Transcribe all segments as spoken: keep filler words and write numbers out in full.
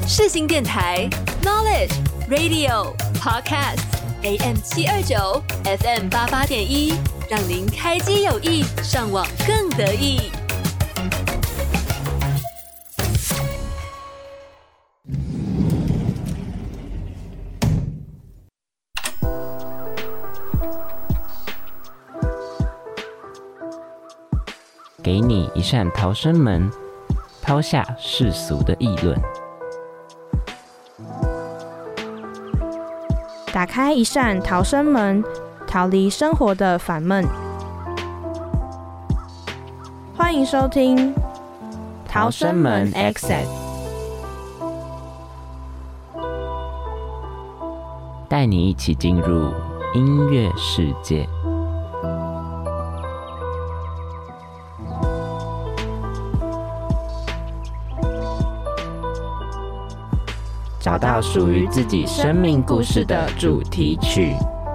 世新电台 Knowledge Radio Podcast A M 七二九 F M 八八点一，让您开机有益，上网更得意。 给你一扇逃生门，抛下世俗的议论。 打开一扇逃生门，逃离生活的烦闷。欢迎收听逃生门 Exit， 带你一起进入音乐世界。找到属于自己生命故事的主题曲。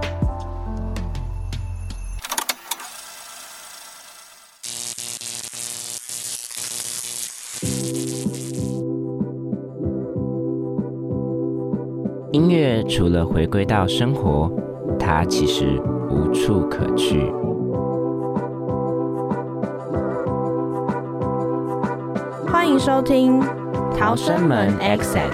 音乐除了回归到生活，它其实无处可去。 欢迎收听逃生门 Exit。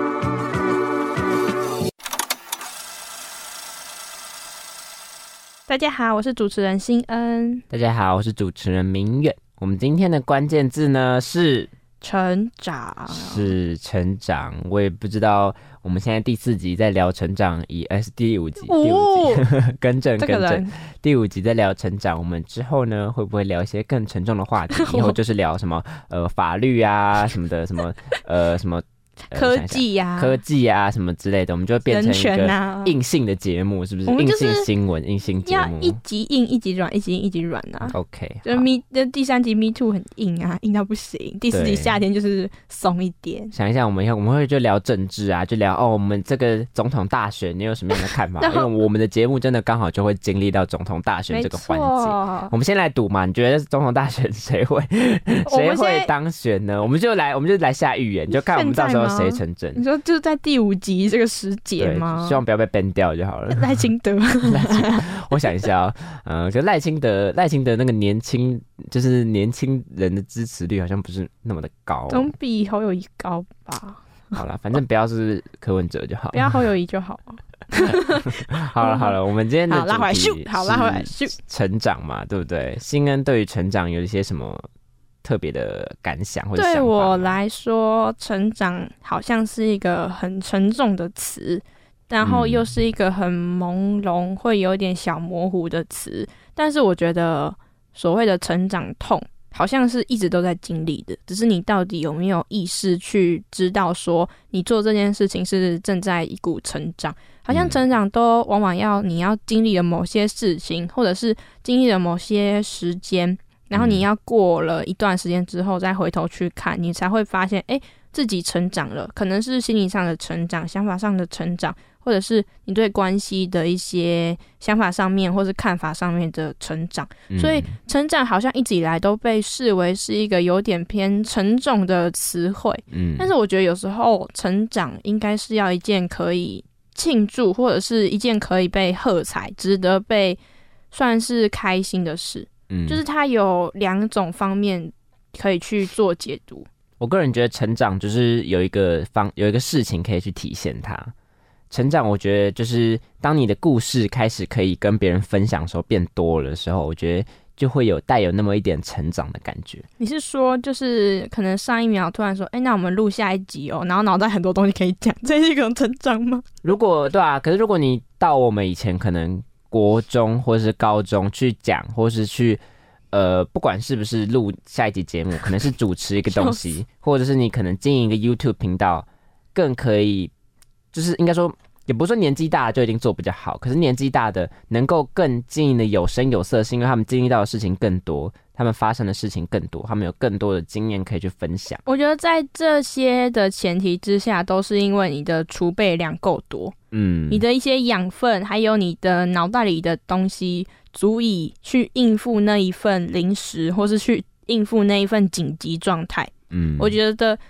大家好，我是主持人欣恩。 大家好，我是主持人明远。我们今天的关键字呢是成长， 是成长。我也不知道，我们现在第四集在聊成长，以呃是第五集， 哦、 第五集更正这更正，第五集在聊成长。我们之后呢会不会聊一些更沉重的话题？以后就是聊什么呃法律啊什么的，什么呃什么。呃、 科技呀、 啊、科技啊什么之类的，我们就会变成一个硬性的节目，是不是？硬性新闻、硬性节目， 要一集硬，一集软，一集硬，一集软啊。 OK， 就 Me 就第三集 Me Too 很硬啊，硬到不行。第四集夏天就是松一点。 想一下，我们以后我们会就聊政治啊，就聊哦，我们这个总统大选你有什么样的看法？因为我们的节目真的刚好就会经历到总统大选这个环节。我们先来赌嘛，你觉得总统大选谁会谁会当选呢？我们就来，我们就来下预言，就看我们到时候谁成真。 你说就是在第五集这个时节吗？ 希望不要被 ban 掉就好了。 赖清德， 赖清德，我想一下哦，呃，可赖清德，赖清德那个年轻，就是年轻人的支持率好像不是那么的高， 总比侯友宜高吧？ 好啦，反正不要是柯文哲就好， 不要侯友宜就好。 好了好了，我们今天的好拉回来咻，好拉回来咻， 成长嘛，对不对？欣恩对于成长有一些什么特别的感想或者想法？ 对我来说，成长好像是一个很沉重的词，然后又是一个很朦胧，会有点小模糊的词。但是我觉得所谓的成长痛，好像是一直都在经历的，只是你到底有没有意识去知道说，你做这件事情是正在一股成长。好像成长都往往要你要经历了某些事情，或者是经历了某些时间。然后你要过了一段时间之后再回头去看，你才会发现哎，自己成长了，可能是心理上的成长，想法上的成长，或者是你对关系的一些想法上面或是看法上面的成长。所以成长好像一直以来都被视为是一个有点偏沉重的词汇，但是我觉得有时候成长应该是要一件可以庆祝，或者是一件可以被喝彩，值得被算是开心的事。嗯、就是它有两种方面可以去做解读。 我个人觉得成长就是有一个方有一个事情可以去体现它。成长，我觉得就是当你的故事开始可以跟别人分享的时候变多了的时候，我觉得就会有带有那么一点成长的感觉。 你是说，就是可能上一秒突然说，哎、欸，那我们录下一集哦，然后脑袋很多东西可以讲，这是一种成长吗？ 如果对啊，可是如果你到我们以前可能国中或是高中去讲，或是去呃，不管是不是录下一集节目，可能是主持一个东西，或者是你可能经营一个 YouTube 频道，更可以，就是应该说，也不是说年纪大的就一定做比较好，可是年纪大的能够更经营的有声有色，是因为他们经历到的事情更多，他们发生的事情更多，他们有更多的经验可以去分享。 我觉得在这些的前提之下，都是因为你的储备量够多。嗯，你的一些养分，还有你的脑袋里的东西，足以去应付那一份临时，或是去应付那一份紧急状态。嗯，我觉得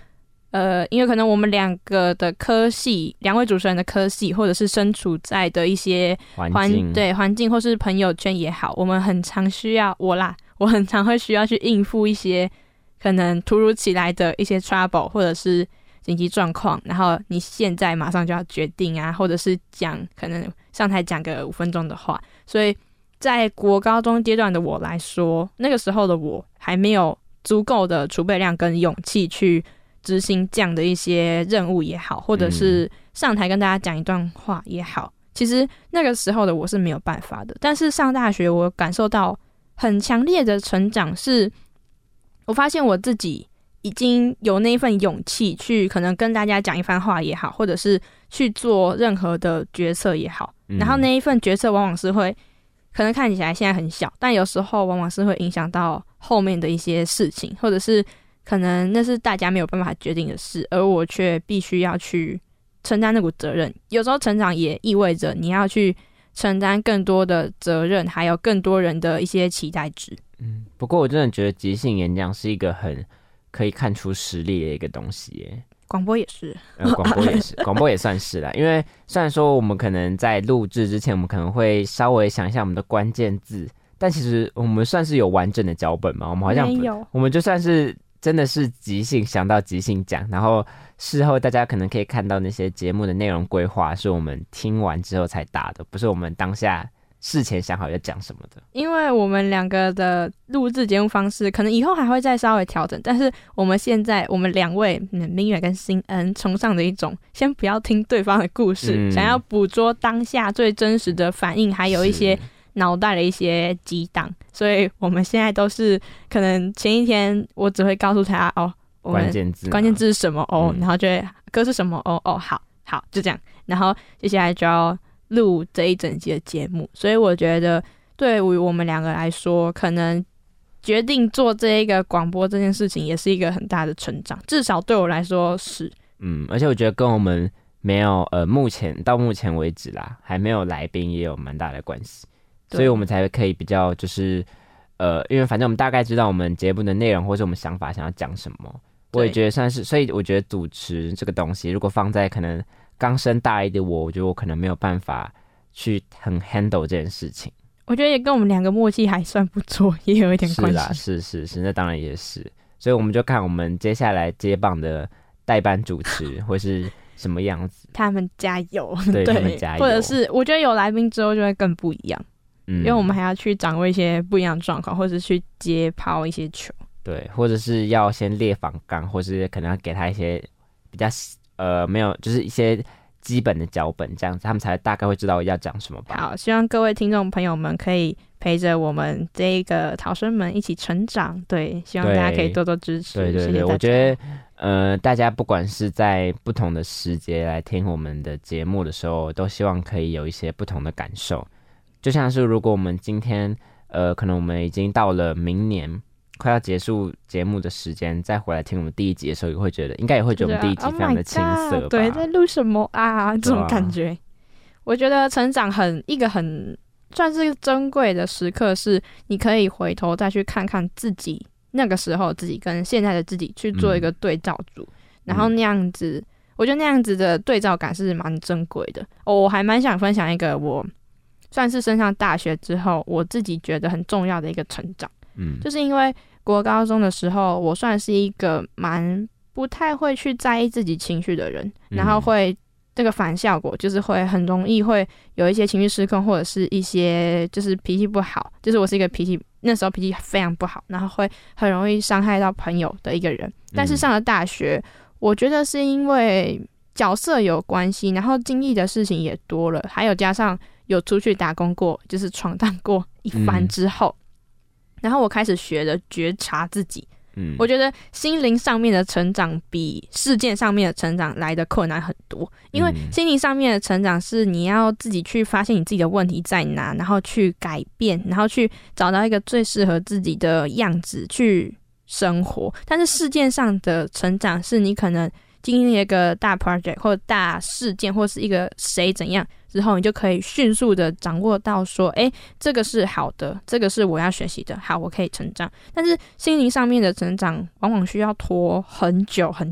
呃，因为可能我们两个的科系，两位主持人的科系，或者是身处在的一些环境， 对环境或是朋友圈也好，我们很常需要我啦，我很常会需要去应付一些可能突如其来的一些 trouble 或者是紧急状况，然后你现在马上就要决定啊，或者是讲可能上台讲个五分钟的话，所以在国高中阶段的我来说，那个时候的我还没有足够的储备量跟勇气去执行这样的一些任务也好，或者是上台跟大家讲一段话也好，其实那个时候的我是没有办法的。但是上大学我感受到很强烈的成长，是我发现我自己已经有那一份勇气去可能跟大家讲一番话也好，或者是去做任何的决策也好，然后那一份决策往往是会可能看起来现在很小，但有时候往往是会影响到后面的一些事情，或者是可能那是大家没有办法决定的事，而我却必须要去承担那股责任。有时候成长也意味着你要去承担更多的责任，还有更多人的一些期待值。 嗯，不过我真的觉得即兴演讲是一个很可以看出实力的一个东西耶。 广播也是， 呃，广播也是，广播也算是啦。因为虽然说我们可能在录制之前，我们可能会稍微想一下我们的关键字，但其实我们算是有完整的脚本嘛。我们好像没有， 我们就算是真的是即兴想到即兴讲，然后事后大家可能可以看到那些节目的内容规划是我们听完之后才打的，不是我们当下事前想好要讲什么的。 因为我们两个的录制节目方式可能以后还会再稍微调整，但是我们现在我们两位明远跟新恩崇尚的一种先不要听对方的故事、嗯、想要捕捉当下最真实的反应，还有一些脑袋的一些激荡，所以我们现在都是可能前一天我只会告诉他哦，我们关键字关键字是什么哦、嗯，然后就会歌是什么哦哦好好就这样，然后接下来就要录这一整集的节目。所以我觉得对于我们两个来说，可能决定做这一个广播这件事情也是一个很大的成长，至少对我来说是。 嗯，而且我觉得跟我们没有呃目前到目前为止啦还没有来宾也有蛮大的关系，所以我们才可以比较就是呃因为反正我们大概知道我们节目的内容或是我们想法想要讲什么，我也觉得算是，所以我觉得主持这个东西如果放在可能刚升大一的我，我觉得我可能没有办法去很 handle 这件事情。 我觉得也跟我们两个默契还算不错，也有一点关系。 是啦，是是是，那当然也是。所以我们就看我们接下来接棒的代班主持会是什么样子。 他们加油， 对， 对他们加油。 或者是我觉得有来宾之后就会更不一样，嗯，因为我们还要去掌握一些不一样的状况，或者是去接抛一些球。 对，或者是要先列访纲，或是可能要给他一些比较呃没有，就是一些基本的脚本，这样子他们才大概会知道要讲什么吧。 好，希望各位听众朋友们可以陪着我们这一个逃生们一起成长。对，希望大家可以多多支持。 对对对，谢谢，我觉得呃，大家不管是在不同的时节来听我们的节目的时候，都希望可以有一些不同的感受。就像是如果我们今天呃，可能我们已经到了明年快要结束节目的时间，再回来听我们第一集的时候，也会觉得应该也会觉得我们第一集非常的青涩吧、 oh、对，在录什么啊这种感觉、啊、我觉得成长很一个很算是珍贵的时刻，是你可以回头再去看看自己那个时候自己跟现在的自己去做一个对照组、嗯、然后那样子我觉得那样子的对照感是蛮珍贵的、哦、我还蛮想分享一个我算是升上大学之后我自己觉得很重要的一个成长，嗯，就是因为国高中的时候我算是一个蛮不太会去在意自己情绪的人、嗯、然后会这个反效果就是会很容易会有一些情绪失控，或者是一些就是脾气不好，就是我是一个脾气那时候脾气非常不好，然后会很容易伤害到朋友的一个人。但是上了大学、嗯、我觉得是因为角色有关系，然后经历的事情也多了，还有加上有出去打工过，就是闯荡过一番之后、嗯、然后我开始学着觉察自己。嗯，我觉得心灵上面的成长比事件上面的成长来得困难很多，因为心灵上面的成长是你要自己去发现你自己的问题在哪，然后去改变，然后去找到一个最适合自己的样子去生活。但是事件上的成长是你可能经历一个大 project 或者大事件，或是一个谁怎样之后，你就可以迅速的掌握到说，哎，这个是好的，这个是我要学习的，好，我可以成长。但是心灵上面的成长往往需要拖很久很久，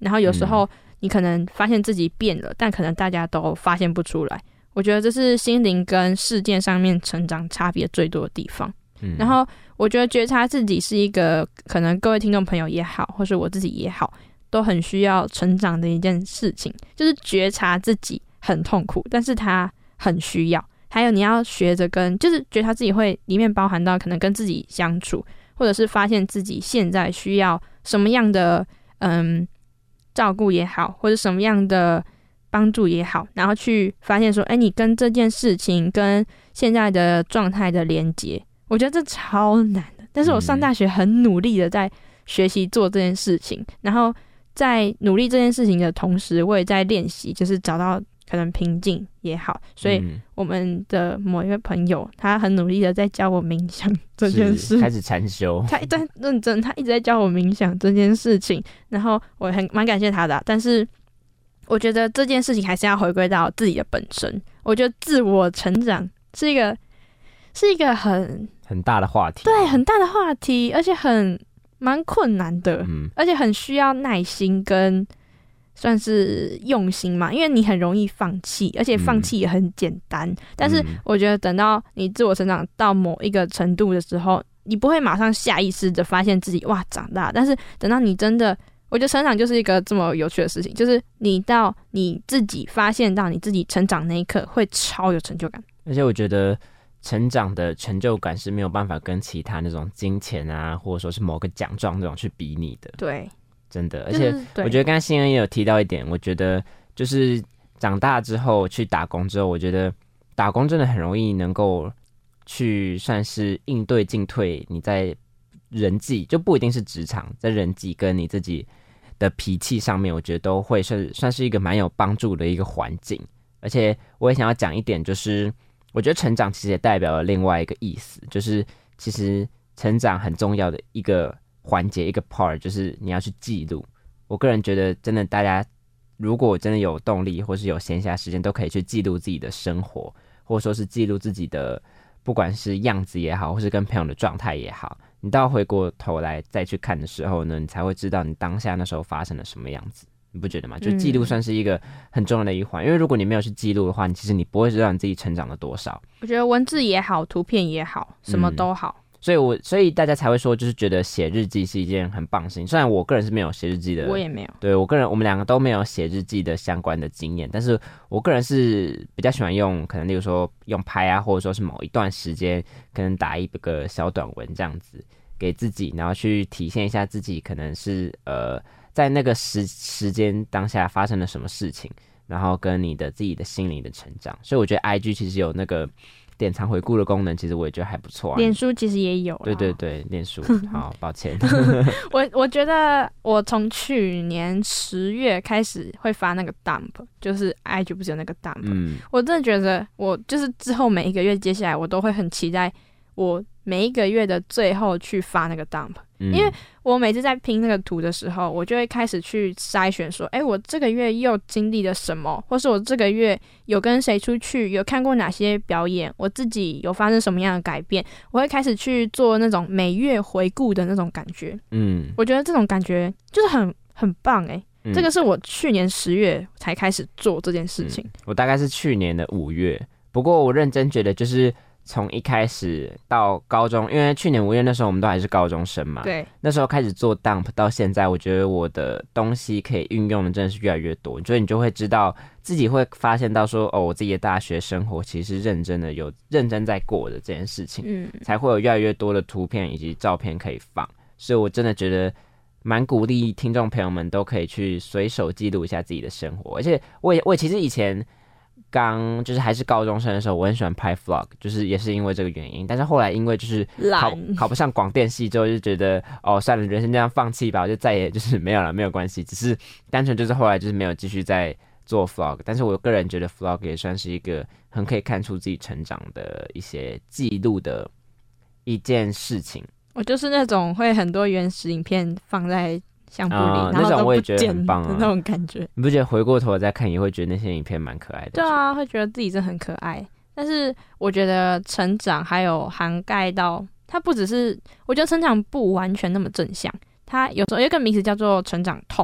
然后有时候你可能发现自己变了，但可能大家都发现不出来。我觉得这是心灵跟事件上面成长差别最多的地方。嗯、然后我觉得觉察自己是一个可能各位听众朋友也好，或是我自己也好，都很需要成长的一件事情，就是觉察自己很痛苦，但是它很需要。还有你要学着跟，就是觉察自己会里面包含到可能跟自己相处，或者是发现自己现在需要什么样的嗯照顾也好，或者什么样的帮助也好，然后去发现说，哎，你跟这件事情跟现在的状态的连结，我觉得这超难的。但是我上大学很努力的在学习做这件事情，嗯、然后在努力这件事情的同时，我也在练习，就是找到可能平静也好。所以我们的某一位朋友，他很努力的在教我冥想这件事， 开始禅修， 他在认真，他一直在教我冥想这件事情，然后我很蛮感谢他的、啊。但是我觉得这件事情还是要回归到自己的本身。我觉得自我成长是一个是一个很很大的话题， 对，很大的话题，而且很蛮困难的，嗯，而且很需要耐心跟算是用心嘛，因为你很容易放弃，而且放弃也很简单。嗯、但是我觉得等到你自我成长到某一个程度的时候，你不会马上下意识的发现自己哇长大，但是等到你真的，我觉得成长就是一个这么有趣的事情，就是你到你自己发现到你自己成长那一刻，会超有成就感。 而且我觉得成长的成就感是没有办法跟其他那种金钱啊，或者说是某个奖状这种去比拟的。对，真的。而且我觉得刚才新恩也有提到一点，我觉得就是长大之后去打工之后，我觉得打工真的很容易能够去算是应对进退你在人际，就不一定是职场，在人际跟你自己的脾气上面，我觉得都会是算是一个蛮有帮助的一个环境。而且我也想要讲一点，就是我觉得成长其实也代表了另外一个意思，就是其实成长很重要的一个环节，一个 part 就是你要去记录。我个人觉得真的大家如果真的有动力或是有闲暇时间，都可以去记录自己的生活，或者说是记录自己的不管是样子也好，或是跟朋友的状态也好，你到回过头来再去看的时候呢，你才会知道你当下那时候发生了什么样子，你不觉得吗？就记录算是一个很重要的一环、嗯、因为如果你没有去记录的话，你其实你不会知道你自己成长了多少。我觉得文字也好，图片也好，什么都好、嗯、所以我所以大家才会说，就是觉得写日记是一件很棒的事情。虽然我个人是没有写日记的，我也没有，对，我个人我们两个都没有写日记的相关的经验，但是我个人是比较喜欢用，可能例如说用拍啊，或者说是某一段时间可能打一个小短文这样子给自己，然后去体现一下自己可能是呃在那个时时间当下发生了什么事情，然后跟你的自己的心灵的成长。所以我觉得 I G 其实有那个典藏回顾的功能，其实我也觉得还不错、啊。脸书其实也有，对对对，脸书。好，抱歉。我我觉得我从去年十月开始会发那个 dump， 就是 I G 不是有那个 dump，、嗯、我真的觉得我就是之后每一个月接下来我都会很期待我每一个月的最后去发那个 dump。因为我每次在拼那个图的时候，我就会开始去筛选说，哎，我这个月又经历了什么，或是我这个月有跟谁出去，有看过哪些表演，我自己有发生什么样的改变，我会开始去做那种每月回顾的那种感觉。嗯，我觉得这种感觉就是很很棒哎、欸嗯。这个是我去年十月才开始做这件事情、嗯、我大概是去年的五月，不过我认真觉得就是从一开始到高中，因为去年五月那时候我们都还是高中生嘛，对，那时候开始做 dump 到现在，我觉得我的东西可以运用的真的是越来越多，所以你就会知道自己会发现到说，哦，我自己的大学生活其实是认真的，有认真在过的这件事情，嗯，才会有越来越多的图片以及照片可以放，所以我真的觉得蛮鼓励听众朋友们都可以去随手记录一下自己的生活，而且我也我也其实以前刚就是还是高中生的时候，我很喜欢拍 vlog， 就是也是因为这个原因。但是后来因为就是考考不上广电系之后，就觉得哦算了，人生这样放弃吧，我就再也就是没有了，没有关系。只是单纯就是后来就是没有继续再做 vlog。但是我个人觉得 vlog 也算是一个很可以看出自己成长的一些记录的一件事情。我就是那种会很多原始影片放在相簿里、嗯，然后那种我也觉得很棒啊，那种感觉。你不觉得回过头再看，也会觉得那些影片蛮可爱的？对啊，会觉得自己真的很可爱。但是我觉得成长还有涵盖到，它不只是，我觉得成长不完全那么正向，它有时候有一个名词叫做成长痛。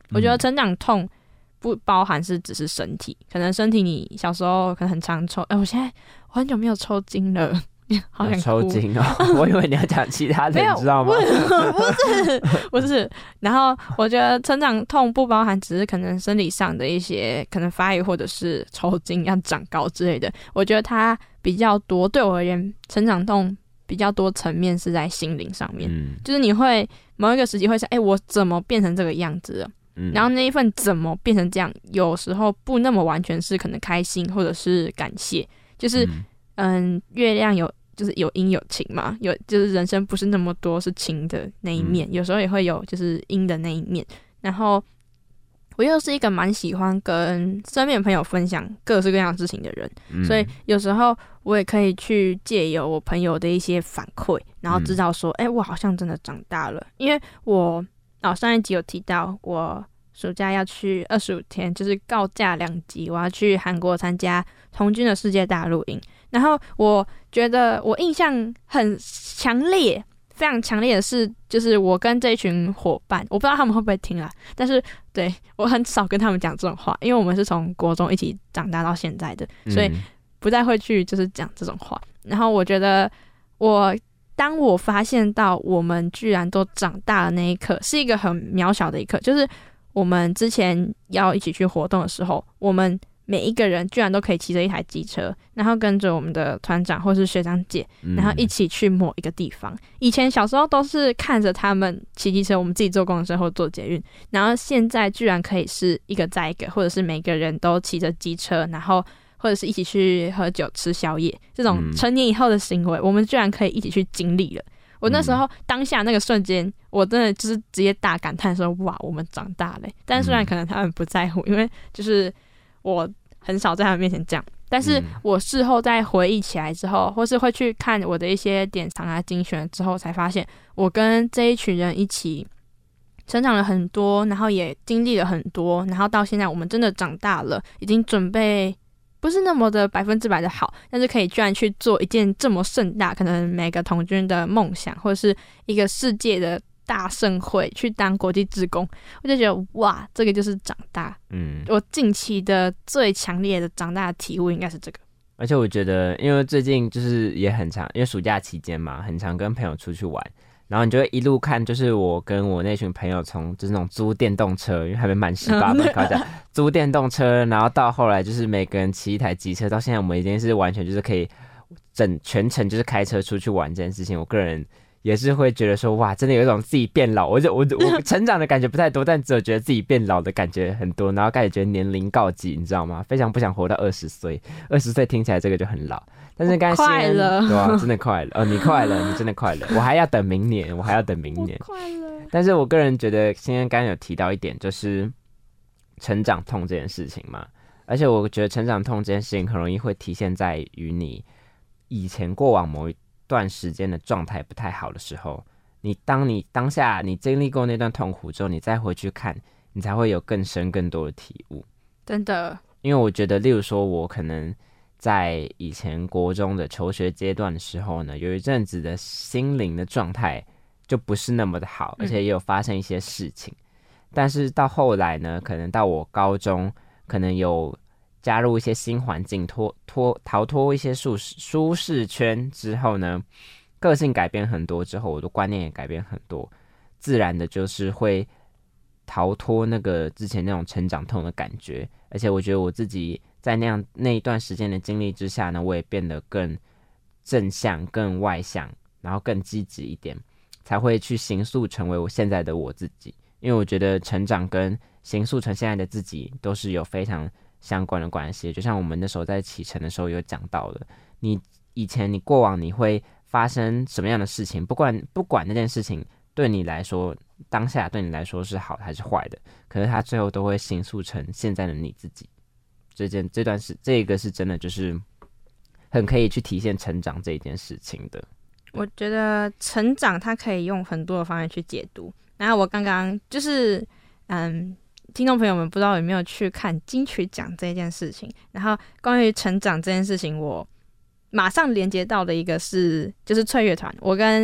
我觉得成长痛不包含是只是身体，可能身体你小时候可能很常抽，哎、欸，我现在我很久没有抽筋了。好想抽筋哦！我以为你要讲其他的，你知道吗？ 不是，不是。然后我觉得成长痛不包含只是可能生理上的一些可能发育或者是抽筋要长高之类的。我觉得它比较多，对我而言，成长痛比较多层面是在心灵上面，嗯、就是你会某一个时期会想，哎、欸，我怎么变成这个样子了？嗯、然后那一份怎么变成这样，有时候不那么完全是可能开心或者是感谢，就是嗯。嗯，月亮有就是有阴有晴嘛，有就是人生不是那么多是晴的那一面，嗯、有时候也会有就是阴的那一面。然后我又是一个蛮喜欢跟身边的朋友分享各式各样的事情的人，嗯、所以有时候我也可以去借由我朋友的一些反馈，然后知道说，哎、嗯欸，我好像真的长大了。因为我哦上一集有提到我暑假要去二十五天，就是告假两集，我要去韩国参加童军的世界大陆营。然后我觉得我印象很强烈，非常强烈的是，就是我跟这一群伙伴，我不知道他们会不会听啦，但是对我很少跟他们讲这种话，因为我们是从国中一起长大到现在的，所以不太会去就是讲这种话。然后我觉得我当我发现到我们居然都长大的那一刻，是一个很渺小的一刻，就是我们之前要一起去活动的时候，我们每一个人居然都可以骑着一台机车，然后跟着我们的团长或是学长姐，然后一起去某一个地方。嗯、以前小时候都是看着他们骑机车，我们自己坐公车或坐捷运，然后现在居然可以是一个载一个，或者是每个人都骑着机车，然后或者是一起去喝酒吃宵夜，这种成年以后的行为，我们居然可以一起去经历了。我那时候当下那个瞬间，我真的就是直接大感叹说：“哇，我们长大了。”但虽然可能他们不在乎，因为就是我很少在他们面前这样，但是我事后再回忆起来之后，或是会去看我的一些典藏啊、精选之后，才发现我跟这一群人一起成长了很多，然后也经历了很多，然后到现在我们真的长大了，已经准备不是那么的百分之百的好，但是可以居然去做一件这么盛大，可能每个童军的梦想，或者是一个世界的大盛会，去当国际志工，我就觉得哇，这个就是长大。嗯，我近期的最强烈的长大的体悟应该是这个。 而且我觉得，因为最近就是也很常，因为暑假期间嘛，很常跟朋友出去玩，然后你就会一路看，就是我跟我那群朋友从就是那种租电动车，因为还没满十八岁考驾，租电动车，然后到后来就是每个人骑一台机车，到现在我们已经是完全就是可以整全程就是开车出去玩这件事情，我个人也是会觉得说，哇，真的有一种自己变老，我就我我成长的感觉不太多，但只有觉得自己变老的感觉很多，然后开始觉得年龄告急，你知道吗？非常不想活到二十岁，二十岁听起来这个就很老，但是刚才快了， 对啊，真的快了，哦，你快了，你真的快了，我还要等明年，我还要等明年， 快了。 但是我个人觉得，今天刚刚有提到一点，就是成长痛这件事情嘛，而且我觉得成长痛这件事情很容易会体现在于你以前过往某一段时间的状态不太好的时候，你当你当下你经历过那段痛苦之后，你再回去看，你才会有更深更多的体悟。 真的， 因为我觉得，例如说，我可能在以前国中的求学阶段的时候呢，有一阵子的心灵的状态就不是那么的好，而且也有发生一些事情。嗯、但是到后来呢，可能到我高中，可能有加入一些新环境，脱脱逃脱一些舒适舒适圈之后呢，个性改变很多之后，我的观念也改变很多，自然的就是会逃脱那个之前那种成长痛的感觉。而且我觉得我自己在那样那一段时间的经历之下呢，我也变得更正向、更外向，然后更积极一点，才会去形塑成为我现在的我自己。因为我觉得成长跟形塑成现在的自己都是有非常相关的关系，就像我们那时候在启程的时候有讲到的，你以前你过往你会发生什么样的事情，不管不管那件事情对你来说当下对你来说是好还是坏的，可是它最后都会形塑成现在的你自己。这件这段是这个是真的就是很可以去体现成长这一件事情的。 我觉得成长它可以用很多的方面去解读。然后我刚刚就是嗯。听众朋友们不知道有没有去看金曲奖这件事情，然后关于成长这件事情，我马上连接到的一个是就是翠乐团，我跟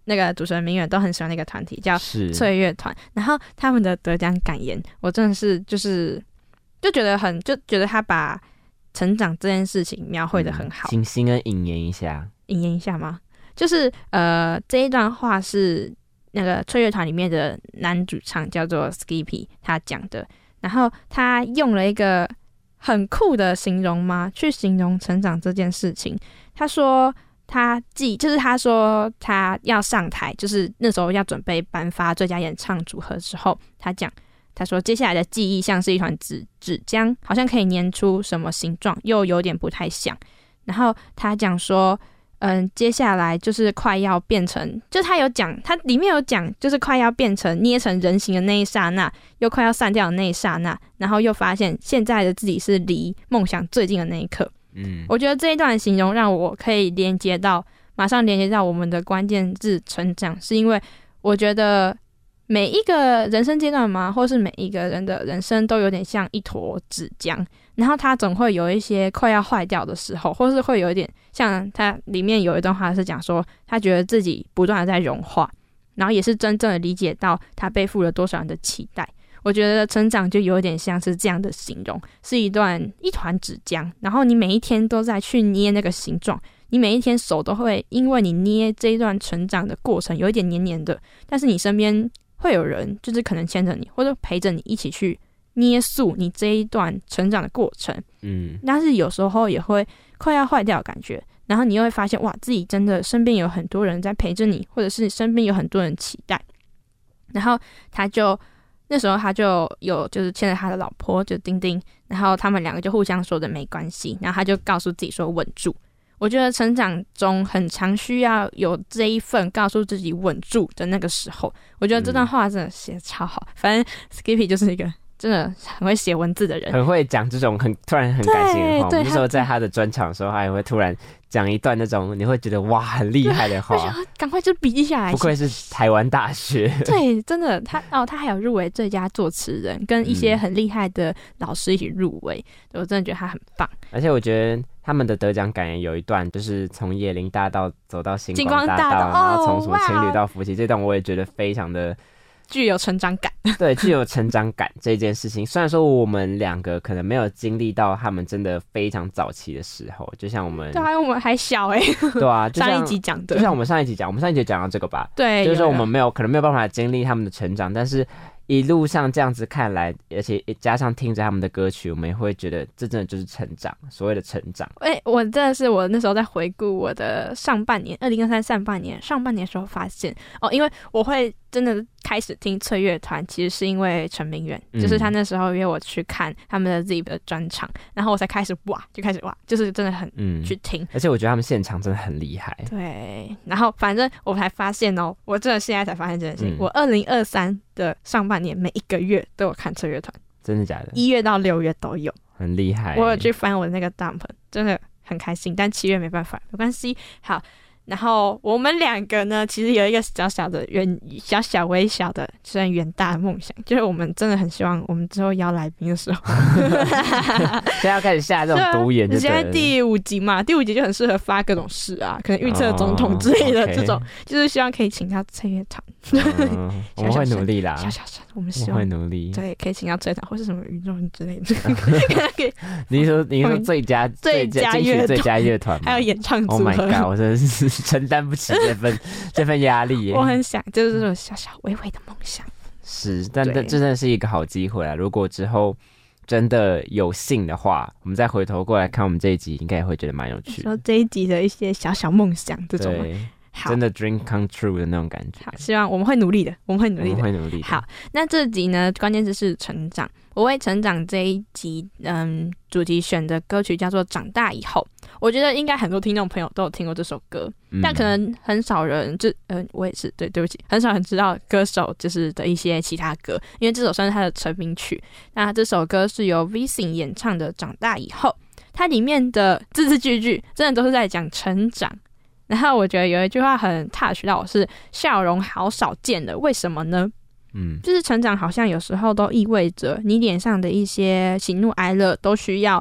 那个主持人明远都很喜欢那个团体叫翠乐团，然后他们的得奖感言，我真的是就是就觉得很就觉得他把成长这件事情描绘得很好。 请新恩引言一下， 引言一下吗？就是呃这一段话是那个翠乐团里面的男主唱叫做 Skippy 他讲的，然后他用了一个很酷的形容吗去形容成长这件事情。他说他记就是他说他要上台，就是那时候要准备颁发最佳演唱组合之后，他讲他说接下来的记忆像是一团纸纸浆，好像可以粘出什么形状，又有点不太像。然后他讲说嗯，接下来就是快要变成，就是他有讲，他里面有讲，就是快要变成捏成人形的那一刹那，又快要散掉的那一刹那，然后又发现现在的自己是离梦想最近的那一刻。嗯，我觉得这一段形容让我可以连接到，马上连接到我们的关键字成长，是因为我觉得每一个人生阶段嘛，或是每一个人的人生都有点像一坨纸浆，然后它总会有一些快要坏掉的时候，或是会有一点像它里面有一段话是讲说，他觉得自己不断的在融化，然后也是真正的理解到他背负了多少人的期待。我觉得成长就有点像是这样的形容，是一段一团纸浆，然后你每一天都在去捏那个形状，你每一天手都会因为你捏这一段成长的过程有一点黏黏的，但是你身边会有人就是可能牵着你或者陪着你一起去捏塑你这一段成长的过程，嗯，但是有时候也会快要坏掉的感觉，然后你又会发现哇，自己真的身边有很多人在陪着你，或者是身边有很多人期待。然后他就那时候他就有就是牵着他的老婆就丁丁，然后他们两个就互相说的没关系，然后他就告诉自己说稳住。我觉得成长中很常需要有这一份告诉自己稳住的那个时候，我觉得这段话真的写得超好。反正 Skippy 就是一个真的很会写文字的人， 很会讲这种很突然很感性的话。我们那时候在他的专场的时候，他也会突然讲一段那种你会觉得哇很厉害的话， 赶快就笔记下来。 不愧是台湾大学， 对，真的他哦，他还有入围最佳作词人，跟一些很厉害的老师一起入围，嗯、我真的觉得他很棒。 而且我觉得他们的得奖感言有一段，就是从椰林大道走到星光大道， 大道然后从什么情侣到夫妻，哦、这段我也觉得非常的。 具有成长感， 对，具有成长感这件事情，虽然说我们两个可能没有经历到他们真的非常早期的时候，就像我们， 对啊，我们还小哎、欸， 对啊，就上一集讲的， 就像我们上一集讲，我们上一集讲到这个吧， 对， 就是说我们没有可能没有办法经历他们的成长，但是一路上这样子看来，而且加上听着他们的歌曲，我们也会觉得这真的就是成长，所谓的成长。 哎、欸，我真的是我那时候在回顾我的上半年，二零二三上半年上半年的时候发现哦，因为我会真的开始听翠乐团，其实是因为陈明远、嗯，就是他那时候约我去看他们的自己的专场，然后我才开始哇，就开始哇，就是真的很去听、嗯， 而且我觉得他们现场真的很厉害。 对，然后反正我才发现哦，我真的现在才发现这件事情，嗯、我二零二三的上半年每一个月都有看翠乐团， 真的假的？ 一月到六月都有， 很厉害。 我有去翻我的那个 dump， 真的很开心，但七月没办法，没关系。好。然后我们两个呢，其实有一个小小的远小小微小的虽然远大的梦想，就是我们真的很希望我们之后邀来宾的时候现在要开始下这种毒言就对了。 现在第五集嘛，第五集就很适合发各种事啊，可能预测总统之类的这种、oh, okay. 就是希望可以请到翠乐团、 嗯、我们会努力啦， 小小声我们希望我们会努力， 对，可以请到翠乐团或是什么宇宙人之类的你说你说最佳最佳乐最佳乐团还有演唱组合 Oh my god， 我真的是承担不起这份这份压力耶。 我很想，就是这种小小微微的梦想。 是，但这真的是一个好机会啊！如果之后真的有幸的话，我们再回头过来看我们这一集，应该也会觉得蛮有趣的。 说这一集的一些小小梦想，这种真的 dream come true 的那种感觉。 好，希望我们会努力的，我们会努力的， 我们会努力的。 好，那这集呢，关键字是成长。我为成长这一集，嗯，主题选的歌曲叫做《长大以后》。我觉得应该很多听众朋友都有听过这首歌，嗯、但可能很少人，就呃，我也是，对，对不起，很少人知道歌手就是的一些其他歌，因为这首算是他的成名曲。那这首歌是由 Vsing 演唱的《长大以后》，它里面的字字句句真的都是在讲成长。然后我觉得有一句话很 touch 到我，是笑容好少见的，为什么呢？嗯，就是成长好像有时候都意味着你脸上的一些喜怒哀乐都需要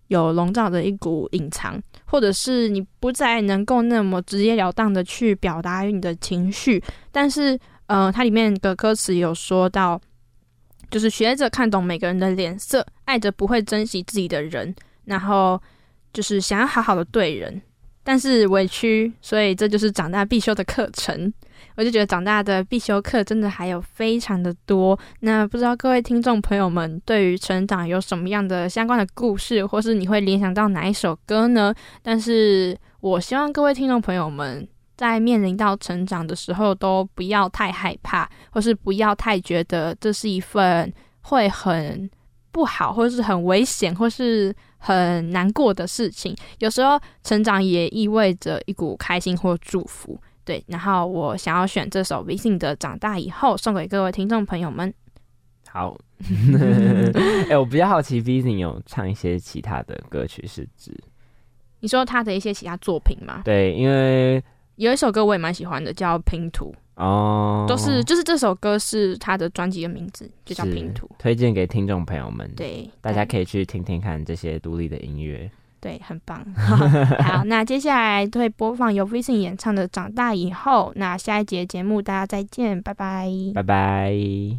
有笼罩着一股隐藏，或者是你不再能够那么直截了当的去表达你的情绪。但是呃，它里面的歌词有说到，就是学着看懂每个人的脸色，爱着不会珍惜自己的人，然后就是想要好好的对人，但是委屈，所以这就是长大必修的课程。我就觉得长大的必修课真的还有非常的多。那不知道各位听众朋友们对于成长有什么样的相关的故事，或是你会联想到哪一首歌呢？但是我希望各位听众朋友们在面临到成长的时候都不要太害怕，或是不要太觉得这是一份会很不好，或是很危险，或是很难过的事情。有时候成长也意味着一股开心或祝福。对，然后我想要选这首 V-Sing 的《长大以后》送给各位听众朋友们。 好，哎、欸，我比较好奇 V-Sing 有唱一些其他的歌曲是指？ 你说他的一些其他作品吗？ 对，因为有一首歌我也蛮喜欢的，叫《拼图》。哦，都是就是这首歌是他的专辑的名字，就叫《拼图》， 推荐给听众朋友们。 对， 大家可以去听听看这些独立的音乐。 对，很棒。好，那接下来会播放由 V-Sing 演唱的《长大以后》。那下一节节目大家再见，拜拜， 拜拜。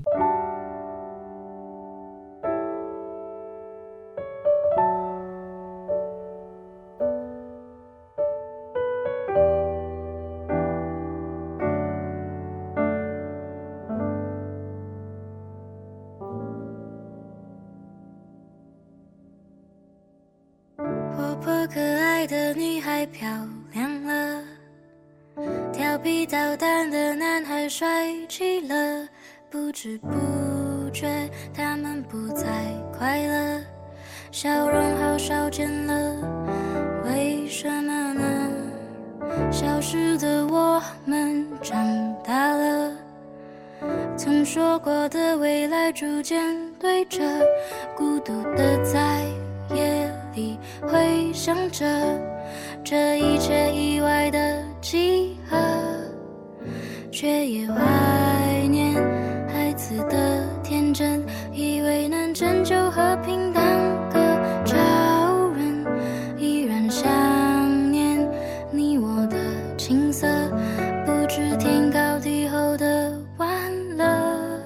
可爱的女孩漂亮了，调皮捣蛋的男孩帅气了，不知不觉他们不再快乐，笑容好少见了，为什么呢？消失的我们长大了，曾说过的未来逐渐对着，孤独的在夜里回想着这一切意外的集合，却也怀念孩子的天真，以为能拯救和平当个超人，依然想念你我的青涩，不知天高地厚的晚了。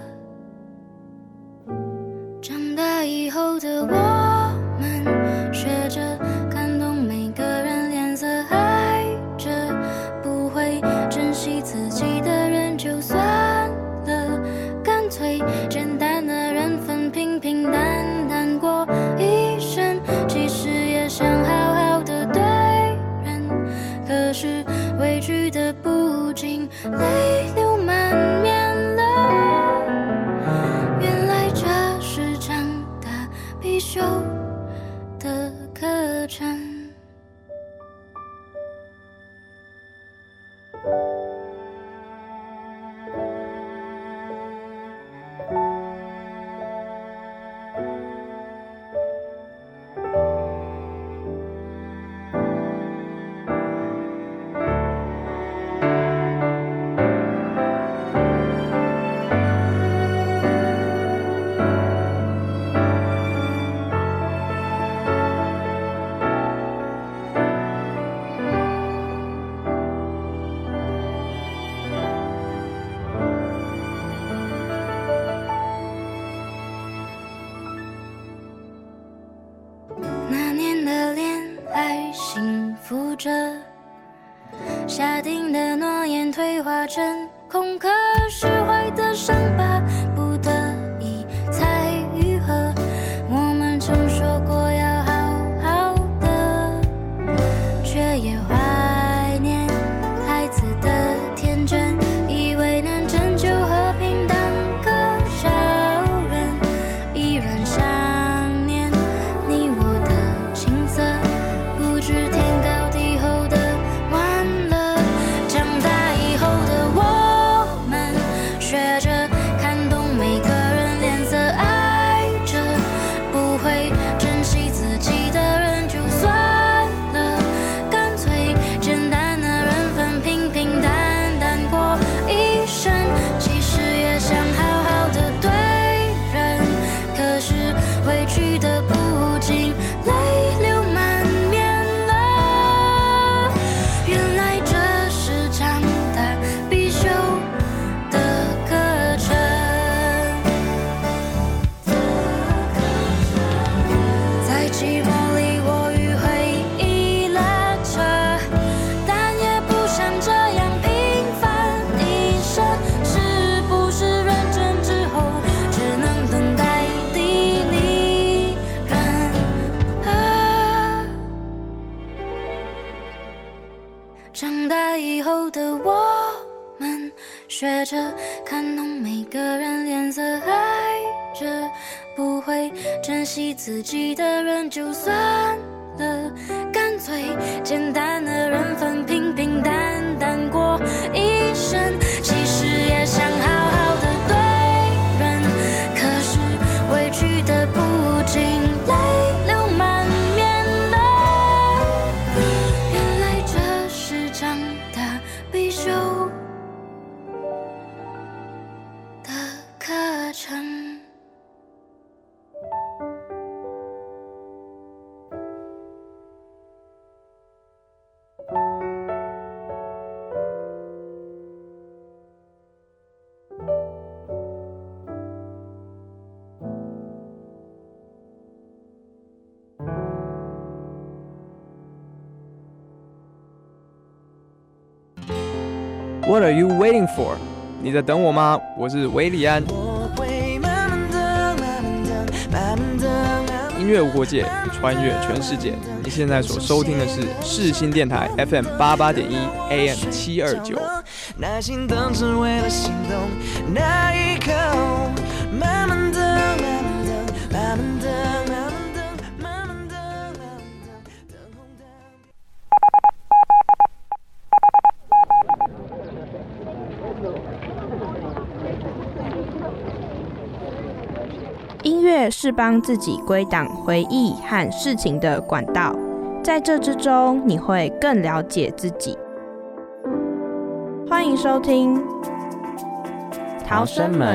长大以后的我们学着看懂每个人脸色，爱着不会珍惜自己的人就算了，干脆简单的人分平平淡淡过一生，其实也想好好的对人，可是委屈的不禁泪流满面了，原来这是长大必修的课程。那年的恋爱幸福着，下定的诺言退化成空壳，释怀的伤疤不得已才愈合，我们曾说过要好好的，却也怀念孩子的天真，以为能拯救和平当个超人，依然想念你我的青涩，不知天高地厚的晚了。长大以后的我们学着看懂每个人脸色，爱着不会珍惜自己的人就算了，干脆简单的人分平平淡淡过一生，其实也想好好的对人，可是委屈的不禁泪流的我们学着看懂每个人脸色，爱着不会珍惜自己的人就算了，干脆简单的人分，平平淡淡过一生。其实也想好好的对人，可是委屈的不禁泪流满面了。原来这是长大必修的课程。 What are you waiting for？ 你在等我吗？我是韦礼安。音乐无国界，穿越全世界。你现在所收听的是世新电台 F M 八八点一 A M 七二九。耐心等只为了心动那一刻，慢慢等，慢慢等，慢慢等，慢慢等，慢慢等，慢慢等，等红灯。 音乐是帮自己归档回忆和事情的管道，在这之中你会更了解自己。欢迎收听逃生门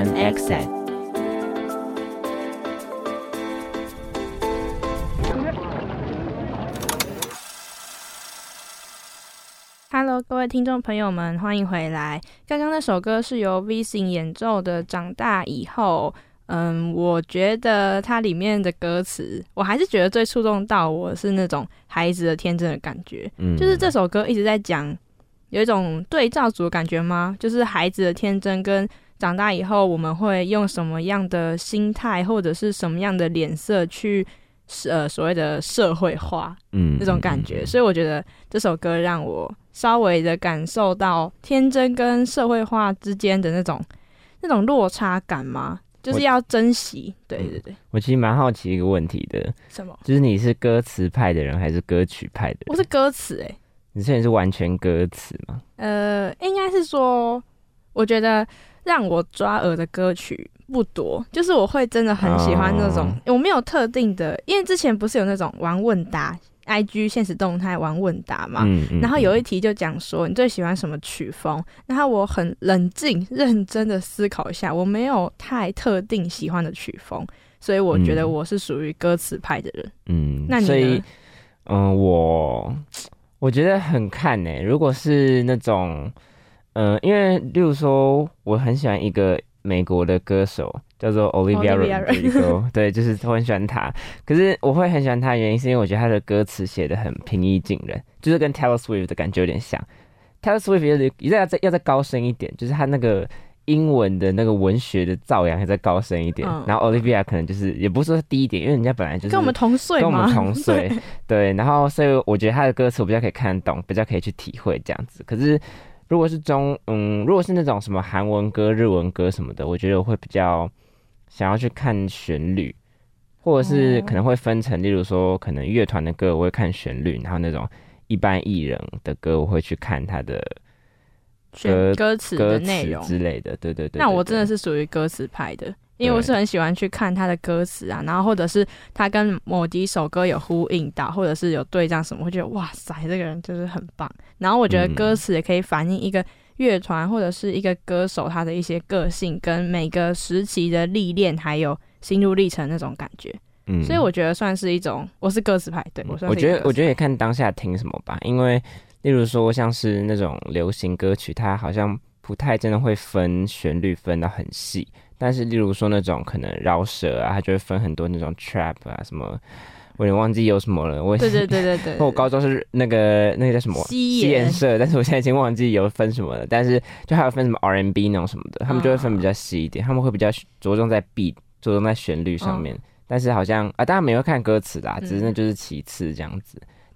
Exit。Hello， 各位听众朋友们，欢迎回来。刚刚那首歌是由 V-Sing 演奏的《长大以后》。嗯，我觉得它里面的歌词，我还是觉得最触动到我是那种孩子的天真的感觉。嗯，就是这首歌一直在讲有一种对照组的感觉吗？就是孩子的天真跟长大以后我们会用什么样的心态或者是什么样的脸色去呃所谓的社会化，嗯，那种感觉。所以我觉得这首歌让我稍微的感受到天真跟社会化之间的那种那种落差感吗？就是要珍惜。对对对、嗯、 我其实蛮好奇一个问题的。 什么？ 就是你是歌词派的人还是歌曲派的人？ 我是歌词。欸， 你现在是完全歌词吗？ 呃，应该是说我觉得让我抓耳的歌曲不多，就是我会真的很喜欢那种、哦、我没有特定的，因为之前不是有那种玩问答I G 限时动态玩问答嘛、嗯嗯、然后有一题就讲说你最喜欢什么曲风，然后我很冷静认真的思考一下，我没有太特定喜欢的曲风，所以我觉得我是属于歌词派的人。嗯，那你呢？ 所以嗯、呃，我我觉得很看欸，如果是那种嗯、呃，因为例如说我很喜欢一个美国的歌手叫做 Olivia Rodrigo， 对，就是我很喜欢他。可是我会很喜欢他的原因是因为我觉得他的歌词写得很平易近人，就是跟 Taylor Swift 的感觉有点像。Taylor Swift 要再要再高深一点，就是他那个英文的那个文学的造诣要再高深一点、嗯。然后 Olivia 可能就是也不是说低一点，因为人家本来就是跟我们同岁嘛， 跟我们同岁，对。然后所以我觉得他的歌词我比较可以看得懂，比较可以去体会这样子。可是如果是中嗯，如果是那种什么韩文歌、日文歌什么的，我觉得我会比较想要去看旋律，或者是可能会分成，例如说可能乐团的歌我会看旋律，然后那种一般艺人的歌我会去看他的歌歌词的内容之类的。对对 对, 对, 对, 对。 那我真的是属于歌词派的，因为我是很喜欢去看他的歌词啊，然后或者是他跟某几首歌有呼应到，或者是有对仗什么，会觉得哇塞，这个人就是很棒。然后我觉得歌词也可以反映一个乐团或者是一个歌手他的一些个性跟每个时期的历练还有心路历程那种感觉。嗯，所以我觉得算是一种，我是歌词派，对，我算是一个歌词派。我觉得我觉得也看当下听什么吧，因为例如说像是那种流行歌曲，它好像不太真的会分旋律分到很细，但是例如说那种可能饶舌啊，它就会分很多那种 trap 啊什么。我有点忘记有什么了，我对对对对对， 我高中是那个那个叫什么西颜社，但是我现在已经忘记有分什么了。但是就还有分什么 R and B 那种什么的，他们就会分比较细一点，他们会比较着重在 beat， 着重在旋律上面。嗯、但是好像啊，当然没有看歌词啦，只是那就是其次这样子。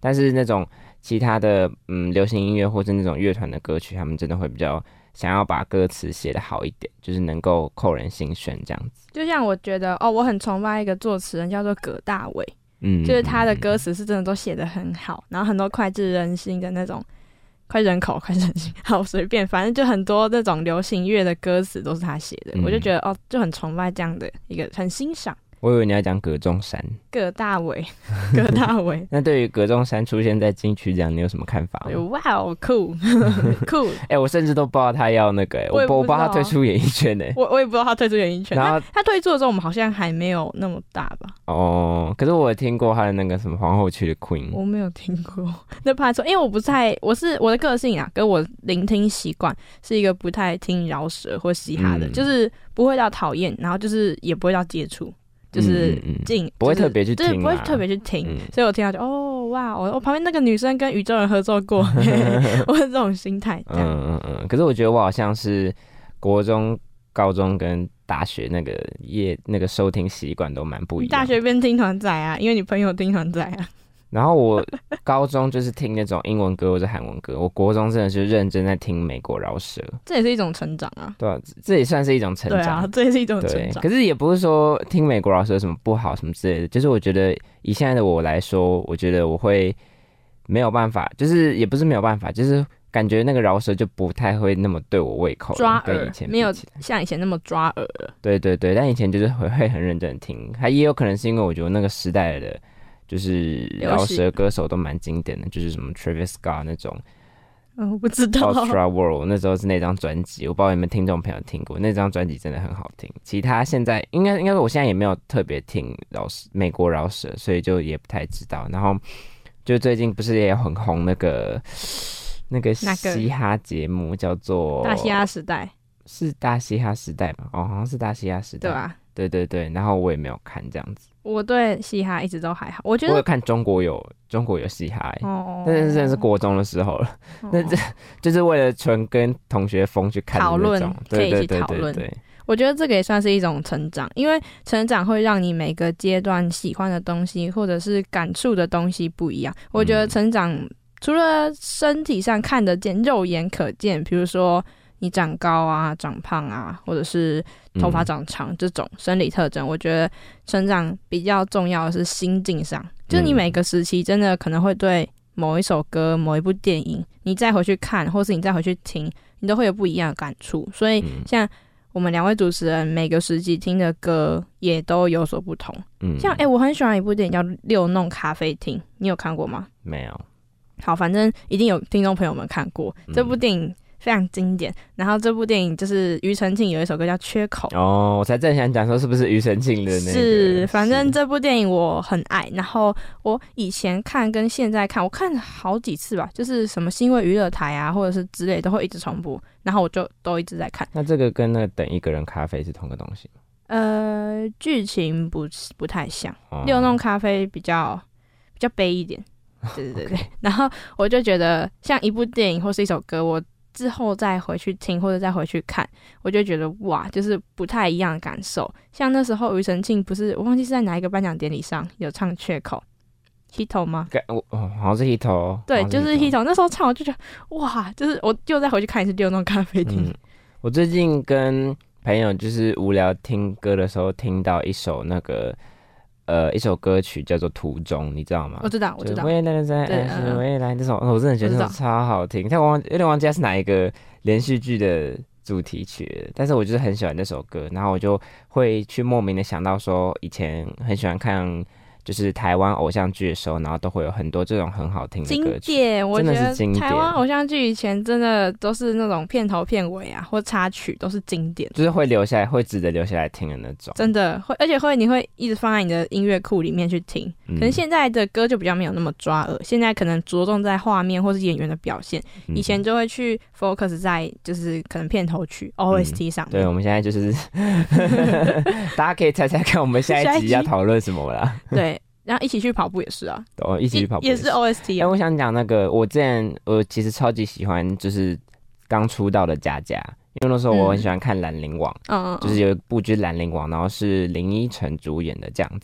但是那种其他的嗯流行音乐或是那种乐团的歌曲，他们真的会比较想要把歌词写得好一点，就是能够扣人心弦这样子。 就像我觉得哦，我很崇拜一个作词人叫做葛大为， 嗯， 就是他的歌词是真的都写得很好，然后很多脍炙人心的那种。快人口，快人心，好随便，反正就很多那种流行乐的歌词都是他写的，嗯、我就觉得哦，就很崇拜这样的一个，很欣赏。 我以为你要讲葛仲山， 葛大为，葛大为。 那对于葛仲山出现在金曲奖，你有什么看法吗？ 哇哦，酷酷！ 哎、欸，我甚至都不知道他要那个、欸，我我不知道他退出演艺圈呢、欸。 我我也不知道他退出演艺圈。 然后他, 他退出的时候，我们好像还没有那么大吧？ 哦，可是我有听过他的那个什么皇后区的 Queen， 我没有听过。那怕说，因为我不太，我是我的个性啊，跟我聆听习惯是一个不太听饶舌或嘻哈的，嗯、就是不会到讨厌，然后就是也不会到接触。就是进、嗯嗯， 不会特别去听、啊， 对，不会特别去听、嗯，所以我听到就哦哇，我我旁边那个女生跟宇宙人合作过，我是这种心态。嗯嗯嗯。可是我觉得我好像是国中、高中跟大学那个夜那个收听习惯都蛮不一样。 大学边听团仔啊，因为你朋友听团仔啊。 然后我高中就是听那种英文歌或者韩文歌，我国中真的是认真在听美国饶舌， 这也是一种成长啊。 对啊，这也算是一种成长。 对啊，这也是一种成长。 可是也不是说听美国饶舌有什么不好什么之类的，就是我觉得以现在的我来说，我觉得我会没有办法，就是也不是没有办法，就是感觉那个饶舌就不太会那么对我胃口， 抓耳， 跟以前没有像以前那么抓耳了。 对对对，但以前就是会会很认真的听，还也有可能是因为我觉得那个时代的。就是饶舌歌手都蛮经典的，就是什么 Travis Scott 那种， 嗯，我不知道。 Ultra World 那时候是那张专辑，我不知道有没有听众朋友听过，那张专辑真的很好听。其他现在应该应该说我现在也没有特别听饶舌美国饶舌，所以就也不太知道。然后就最近不是也很红那个那个嘻哈节目叫做大嘻哈时代， 是大嘻哈时代吗？哦，好像是大嘻哈时代， 对吧？ 对对对，然后我也没有看这样子。 我对嘻哈一直都还好，我觉得我有看中国有中国有嘻哈、欸，哦，但是真的是国中的时候了，哦、那这就是为了纯跟同学疯去看讨论，可以去讨论。我觉得这个也算是一种成长，因为成长会让你每个阶段喜欢的东西或者是感触的东西不一样。我觉得成长、嗯、除了身体上看得见、肉眼可见，比如说。你长高啊，长胖啊，或者是头发长长、嗯、这种生理特征，我觉得成长比较重要的是心境上，就是你每个时期真的可能会对某一首歌、某一部电影，你再回去看，或是你再回去听，你都会有不一样的感触。所以像我们两位主持人每个时期听的歌也都有所不同。嗯，像哎、欸，我很喜欢一部电影叫《六弄咖啡厅》，你有看过吗？ 没有。 好，反正一定有听众朋友们看过、嗯、这部电影。非常经典，然后这部电影就是庾澄庆有一首歌叫《缺口》 哦，我才正想讲说是不是庾澄庆的那个？ 是，反正这部电影我很爱，然后我以前看跟现在看，我看了好几次吧，就是什么新卫娱乐台啊，或者是之类都会一直重播，然后我就都一直在看。 那这个跟那个等一个人咖啡是同个东西吗？ 呃，剧情不不太像，哦、六弄咖啡比较比较悲一点，对对对对。okay. 然后我就觉得像一部电影或是一首歌，我。之后再回去听或者再回去看，我就觉得哇，就是不太一样的感受。像那时候庾澄庆不是我忘记是在哪一个颁奖典礼上有唱《缺口》，Hito 吗？ 我哦，好像是 Hito。 对，就是 Hito。那时候唱我就觉得哇，就是我又再回去看一次《六弄咖啡厅》。嗯。 我最近跟朋友就是无聊听歌的时候，听到一首那个。呃，一首歌曲叫做《途中》，你知道吗？ 我知道，我知道。 未来的在爱是未来这首，我真的觉得这首超好听。但我忘有点忘记它是哪一个连续剧的主题曲了，但是我就是很喜欢那首歌，然后我就会去莫名的想到说，以前很喜欢看就是台湾偶像剧的时候，然后都会有很多这种很好听的歌曲， 经典，我觉得台湾偶像剧以前真的都是那种片头片尾啊，或插曲都是经典， 就是会留下来，会值得留下来听的那种， 真的会，而且会你会一直放在你的音乐库里面去听。嗯、可能现在的歌就比较没有那么抓耳，现在可能着重在画面或是演员的表现，嗯、以前就会去 focus 在就是可能片头曲 O S T 上面。 嗯、对，我们现在就是大家可以猜猜看，我们下一集要讨论什么啦？ 对。然后一起去跑步也是啊， 哦，一起去跑步也, 也是 O S T 啊。 哎，我想讲那个，我之前我其实超级喜欢，就是刚出道的佳佳，因为那时候我很喜欢看《兰陵王》，嗯，就是有一部剧《兰陵王》，然后是林依晨主演的这样子。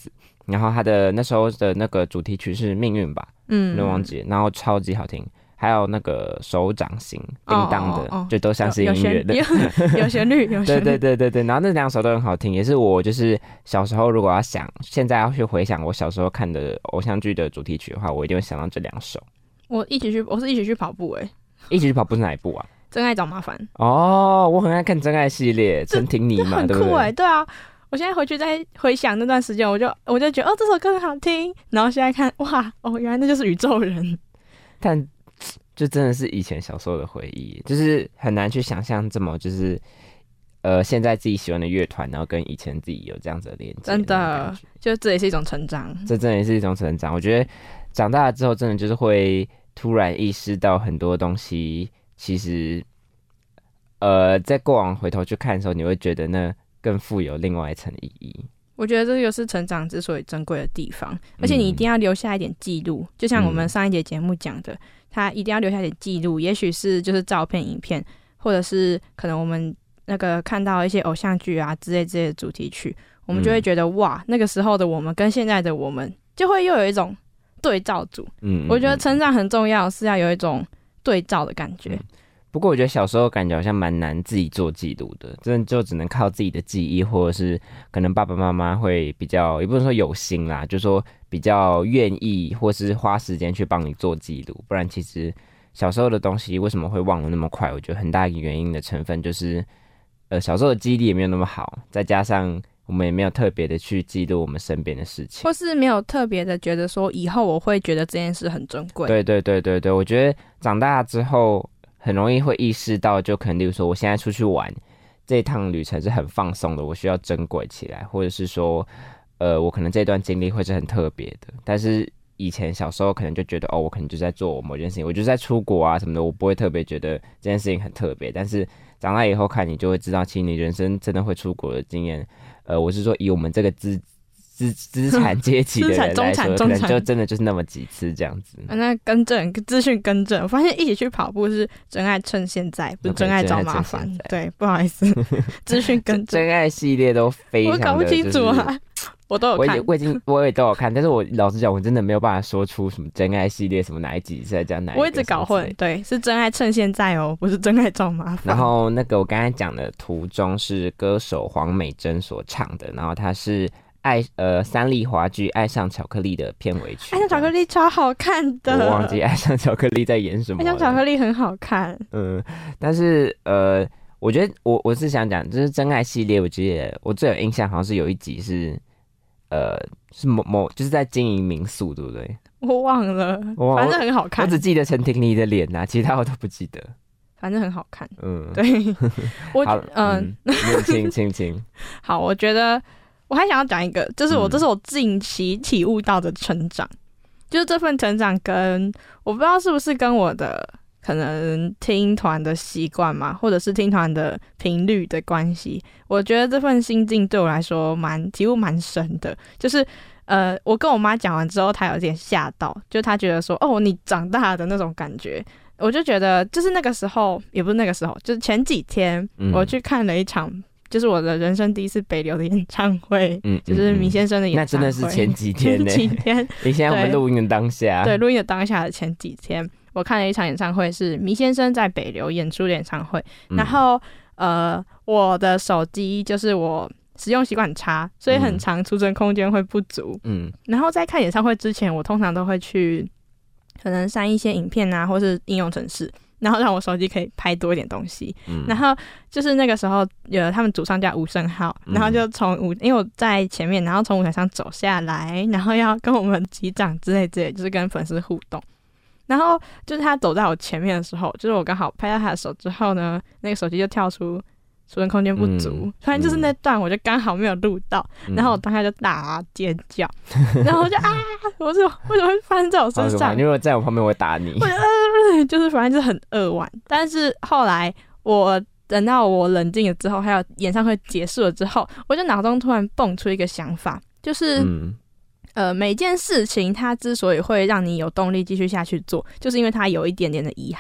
然后他的那时候的那个主题曲是命运吧，嗯，没忘记，然后超级好听。还有那个手掌型叮当的，哦哦哦就都像是音乐的， 有有旋律，有旋律。 对对对对对，然后那两首都很好听，也是我就是小时候如果要想，现在要去回想我小时候看的偶像剧的主题曲的话，我一定会想到这两首。 我一起去，我是一起去跑步哎、欸， 一起去跑步是哪一部啊？ 真爱找麻烦。 哦，我很爱看真爱系列，陈婷妮嘛， 很对不对？ 酷哎、欸，对啊。我现在回去再回想那段时间，我就我就觉得哦，这首歌很好听。然后现在看，哇，哦，原来那就是宇宙人。 但就真的是以前小时候的回忆，就是很难去想象这么就是呃现在自己喜欢的乐团，然后跟以前自己有这样子的连接。 真的，就这也是一种成长。 这真的也是一种成长。我觉得长大了之后，真的就是会突然意识到很多东西，其实呃在过往回头去看的时候，你会觉得那更富有另外一层意义。 我觉得这个是成长之所以珍贵的地方，而且你一定要留下一点记录、嗯、就像我们上一节节目讲的，他一定要留下一点记录，也许是就是照片影片，或者是可能我们那个看到一些偶像剧啊之类之类的主题曲，我们就会觉得、嗯、哇，那个时候的我们跟现在的我们就会又有一种对照组。嗯，我觉得成长很重要，是要有一种对照的感觉、嗯。 不过我觉得小时候感觉好像蛮难自己做记录的，真的就只能靠自己的记忆，或者是可能爸爸妈妈会比较，也不能说有心啦，就说比较愿意或是花时间去帮你做记录。不然其实小时候的东西为什么会忘得那么快，我觉得很大一个原因的成分就是呃小时候的记忆力也没有那么好，再加上我们也没有特别的去记录我们身边的事情， 或是没有特别的觉得说以后我会觉得这件事很珍贵。 对对对对对，我觉得长大之后很容易会意识到，就可能例如说我现在出去玩这一趟旅程是很放松的，我需要珍贵起来，或者是说呃我可能这段经历会是很特别的。但是以前小时候可能就觉得哦我可能就在做某件事情，我就在出国啊什么的，我不会特别觉得这件事情很特别。但是长大以后看你就会知道，其实你人生真的会出国的经验，呃我是说以我们这个资资资产阶级的人来说，可能就真的就是那么几次这样子。 啊、那更正资讯更正，我发现一起去跑步是真爱趁现在，不是真爱找麻烦。对，不好意思，资讯更正。 真爱系列都非常的、就是， 我搞不清楚啊。我都有看， 我已我已经我也都有看，但是我老实讲，我真的没有办法说出什么真爱系列什么哪一集是在讲哪一个。 我一直搞混，对，是真爱趁现在哦，不是真爱找麻烦。 然后那个我刚才讲的途中是歌手黄美珍所唱的，然后她是爱呃三立华剧《爱上巧克力》的片尾曲。 爱上巧克力超好看的， 我忘记爱上巧克力在演什么了。 爱上巧克力很好看， 嗯，但是呃，我觉得我我是想讲，就是真爱系列，我觉得我最有印象好像是有一集是。呃，是某某就是在经营民宿，对不对？ 我忘了，反正很好看。 我只记得陈婷妮的脸啊，其他我都不记得。 反正很好看。嗯，对。 我嗯，请请请。 好，我觉得我还想要讲一个，就是我、嗯、这是我近期体悟到的成长，就是这份成长跟我不知道是不是跟我的可能听团的习惯嘛，或者是听团的频率的关系，我觉得这份心境对我来说蛮体悟蛮深的。就是呃，我跟我妈讲完之后，她有点吓到，就她觉得说哦，你长大的那种感觉。我就觉得就是那个时候，也不是那个时候，就是前几天我去看了一场。嗯就是我的人生第一次北流的演唱会，嗯，就是米先生的演唱会。那真的是前几天呢、欸？ 前几天。你现在我们录音的当下， 对，录音的当下的前几天，我看了一场演唱会，是米先生在北流演出的演唱会。嗯、然后，呃，我的手机就是我使用习惯很差，所以很常储存空间会不足。嗯。然后在看演唱会之前，我通常都会去可能删一些影片啊，或是应用程式。然后让我手机可以拍多一点东西、嗯、然后就是那个时候有他们主唱叫吴胜浩、嗯、然后就从舞因为我在前面，然后从舞台上走下来，然后要跟我们击掌之类之类，就是跟粉丝互动。然后就是他走在我前面的时候，就是我刚好拍到他的手之后呢，那个手机就跳出储存空间不足、嗯、突然就是那段我就刚好没有录到、嗯、然后我当下就大尖叫、嗯、然后我就啊我说为什么会发生在我身上， 因为在我旁边我会打你， 就是反正就是很扼腕。但是后来我等到我冷静了之后，还有演唱会结束了之后，我就脑中突然蹦出一个想法，就是、嗯、呃，每件事情它之所以会让你有动力继续下去做，就是因为它有一点点的遗憾。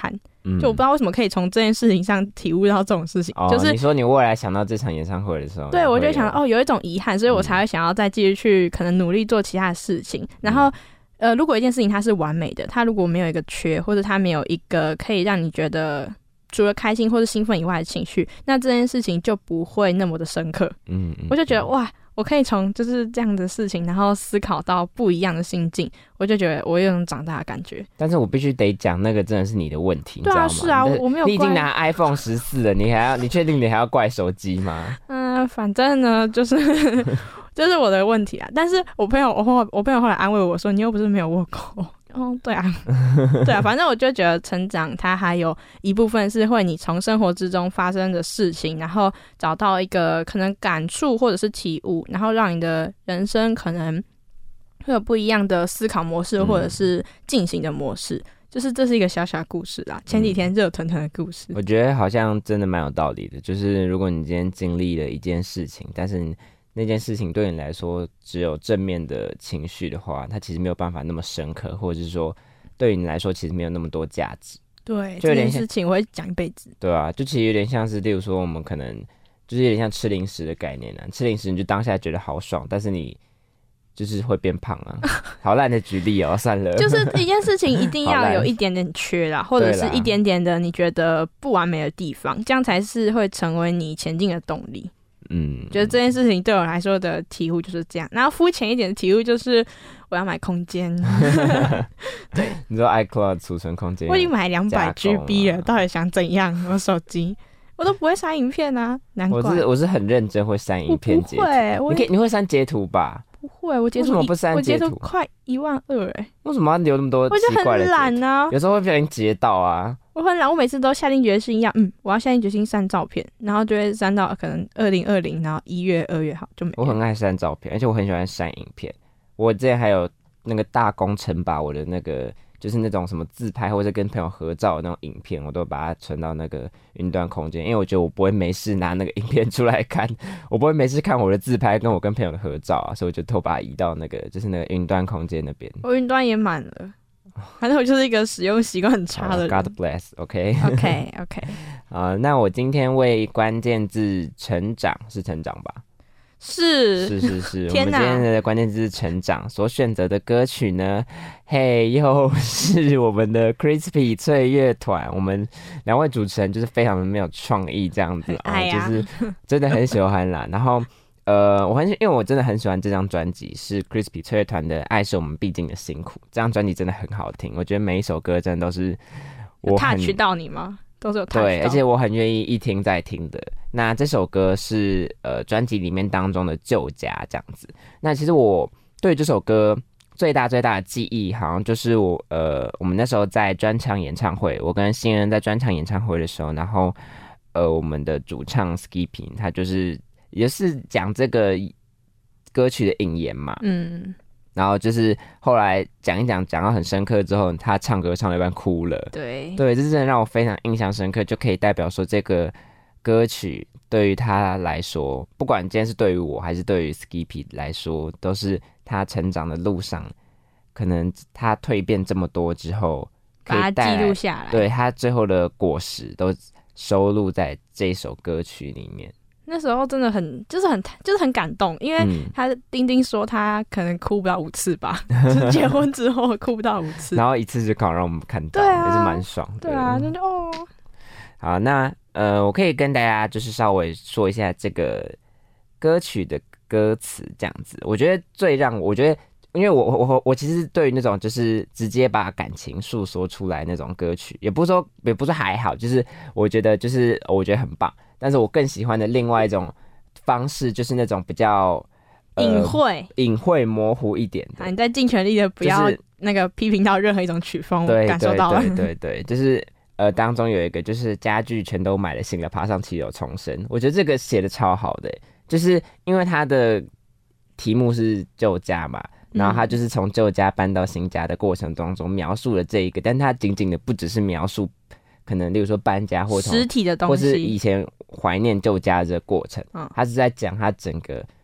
嗯、就我不知道为什么可以从这件事情上体悟到这种事情， 哦、 就是你说你未来想到这场演唱会的时候， 对我就想哦有一种遗憾，所以我才会想要再继续去可能努力做其他的事情，嗯、然后呃如果一件事情它是完美的，它如果没有一个缺，或者它没有一个可以让你觉得除了开心或是兴奋以外的情绪，那这件事情就不会那么的深刻。嗯，嗯我就觉得哇，我可以从就是这样的事情，然后思考到不一样的心境，我就觉得我有种长大的感觉。 但是我必须得讲，那个真的是你的问题， 对啊， 你知道吗？ 是啊，我没有怪。 你已经拿 iPhone 十四了，你还要你确定你还要怪手机吗？ 嗯、呃，反正呢，就是这是我的问题啊。但是我朋友，我后我朋友后来安慰我说，你又不是没有握过。哦，对啊，对啊，反正我就觉得成长它还有一部分是会你从生活之中发生的事情，然后找到一个可能感触或者是体悟，然后让你的人生可能会有不一样的思考模式或者是进行的模式。嗯、就是这是一个小小的故事啦，前几天热腾腾的故事。 我觉得好像真的蛮有道理的，就是如果你今天经历了一件事情，但是那件事情对你来说只有正面的情绪的话，它其实没有办法那么深刻，或者是说对于你来说其实没有那么多价值。 对，这件事情我会讲一辈子。 对啊，就其实有点像是例如说我们可能就是有点像吃零食的概念啊，吃零食你就当下觉得好爽，但是你就是会变胖啊。好烂的举例哦，算了。 就是一件事情一定要有一点点缺啦，或者是一点点的你觉得不完美的地方，这样才是会成为你前进的动力。嗯，觉得这件事情对我来说的体悟就是这样，然后肤浅一点的体悟就是我要买空间。对， 你说 iCloud 储存空间， 我已经买两百 G B 了，到底想怎样？我手机我都不会删影片啊，难怪。 我是我是很认真会删影片截图， 我不会，我你可以你会删截图吧？ 不会，我截图为什么不删截图？ 我截图快一万二哎， 为什么要留那么多奇怪的截图？ 我就很懒啊， 有时候会不小心截到啊。 我很懒，我每次都下定决心要，嗯，我要下定决心删照片，然后就会删到可能二零二零，然后一月、二月好就没了。 我很爱删照片，而且我很喜欢删影片。我之前还有那个大工程把我的那个就是那种什么自拍或者跟朋友合照的那种影片，我都把它存到那个云端空间，因为我觉得我不会没事拿那个影片出来看，我不会没事看我的自拍跟我跟朋友的合照啊，所以我就都把它移到那个就是那个云端空间那边。 我云端也满了。反正我就是一个使用习惯很差的人。 God bless，OK OK OK 啊，那我今天为关键字成长是成长吧？ 是是是是， 天哪， 我们今天的关键字是成长，所选择的歌曲呢，嘿，又是我们的 Crispy 脆乐团。我们两位主持人就是非常的没有创意这样子啊、 哎呀， 就是真的很喜欢啦。然后。呃，我很因为我真的很喜欢这张专辑，是 Crispy 脆乐团的《爱是我们必经的辛苦》。这张专辑真的很好听，我觉得每一首歌真的都是我很 touch 到你吗？都是有 touch 到， 对，而且我很愿意一听再听的。那这首歌是呃专辑里面当中的旧家这样子。那其实我对这首歌最大最大的记忆，好像就是我呃我们那时候在专场演唱会，我跟新人在专场演唱会的时候，然后呃我们的主唱 Skipping 他就是。也是讲这个歌曲的引言嘛，嗯，然后就是后来讲一讲，讲到很深刻之后，他唱歌唱到一半哭了， 对， 对，这真的让我非常印象深刻，就可以代表说这个歌曲对于他来说，不管今天是对于我还是对于 Skippy 来说，都是他成长的路上，可能他蜕变这么多之后， 把它记录下来， 对他最后的果实都收录在这首歌曲里面。 那时候真的很，就是很，就是很感动，因为他丁丁说他可能哭不到五次吧，嗯、就是结婚之后哭不到五次， 然后一次就刚好让我们看到， 啊、 也是蛮爽的。 对啊，那就哦。 好，那呃，我可以跟大家就是稍微说一下这个歌曲的歌词，这样子。我觉得最让我觉得，因为我我我我其实对于那种就是直接把感情诉说出来那种歌曲，也不是说也不是还好，就是我觉得就是我觉得很棒。但是我更喜欢的另外一种方式，就是那种比较隐晦、 呃、隐晦、模糊一点的。 啊，你在尽全力的不要那个批评到任何一种曲风， 对， 我感受到了。 对对对对，就是呃，当中有一个就是家具全都买了新了，爬上七楼重生。我觉得这个写的超好的，就是因为它的题目是旧家嘛，然后他就是从旧家搬到新家的过程当中描述了这一个，但他仅仅的不只是描述。可能例如说搬家或实体的东西， 或是以前怀念旧家的过程，嗯，他是在讲他整个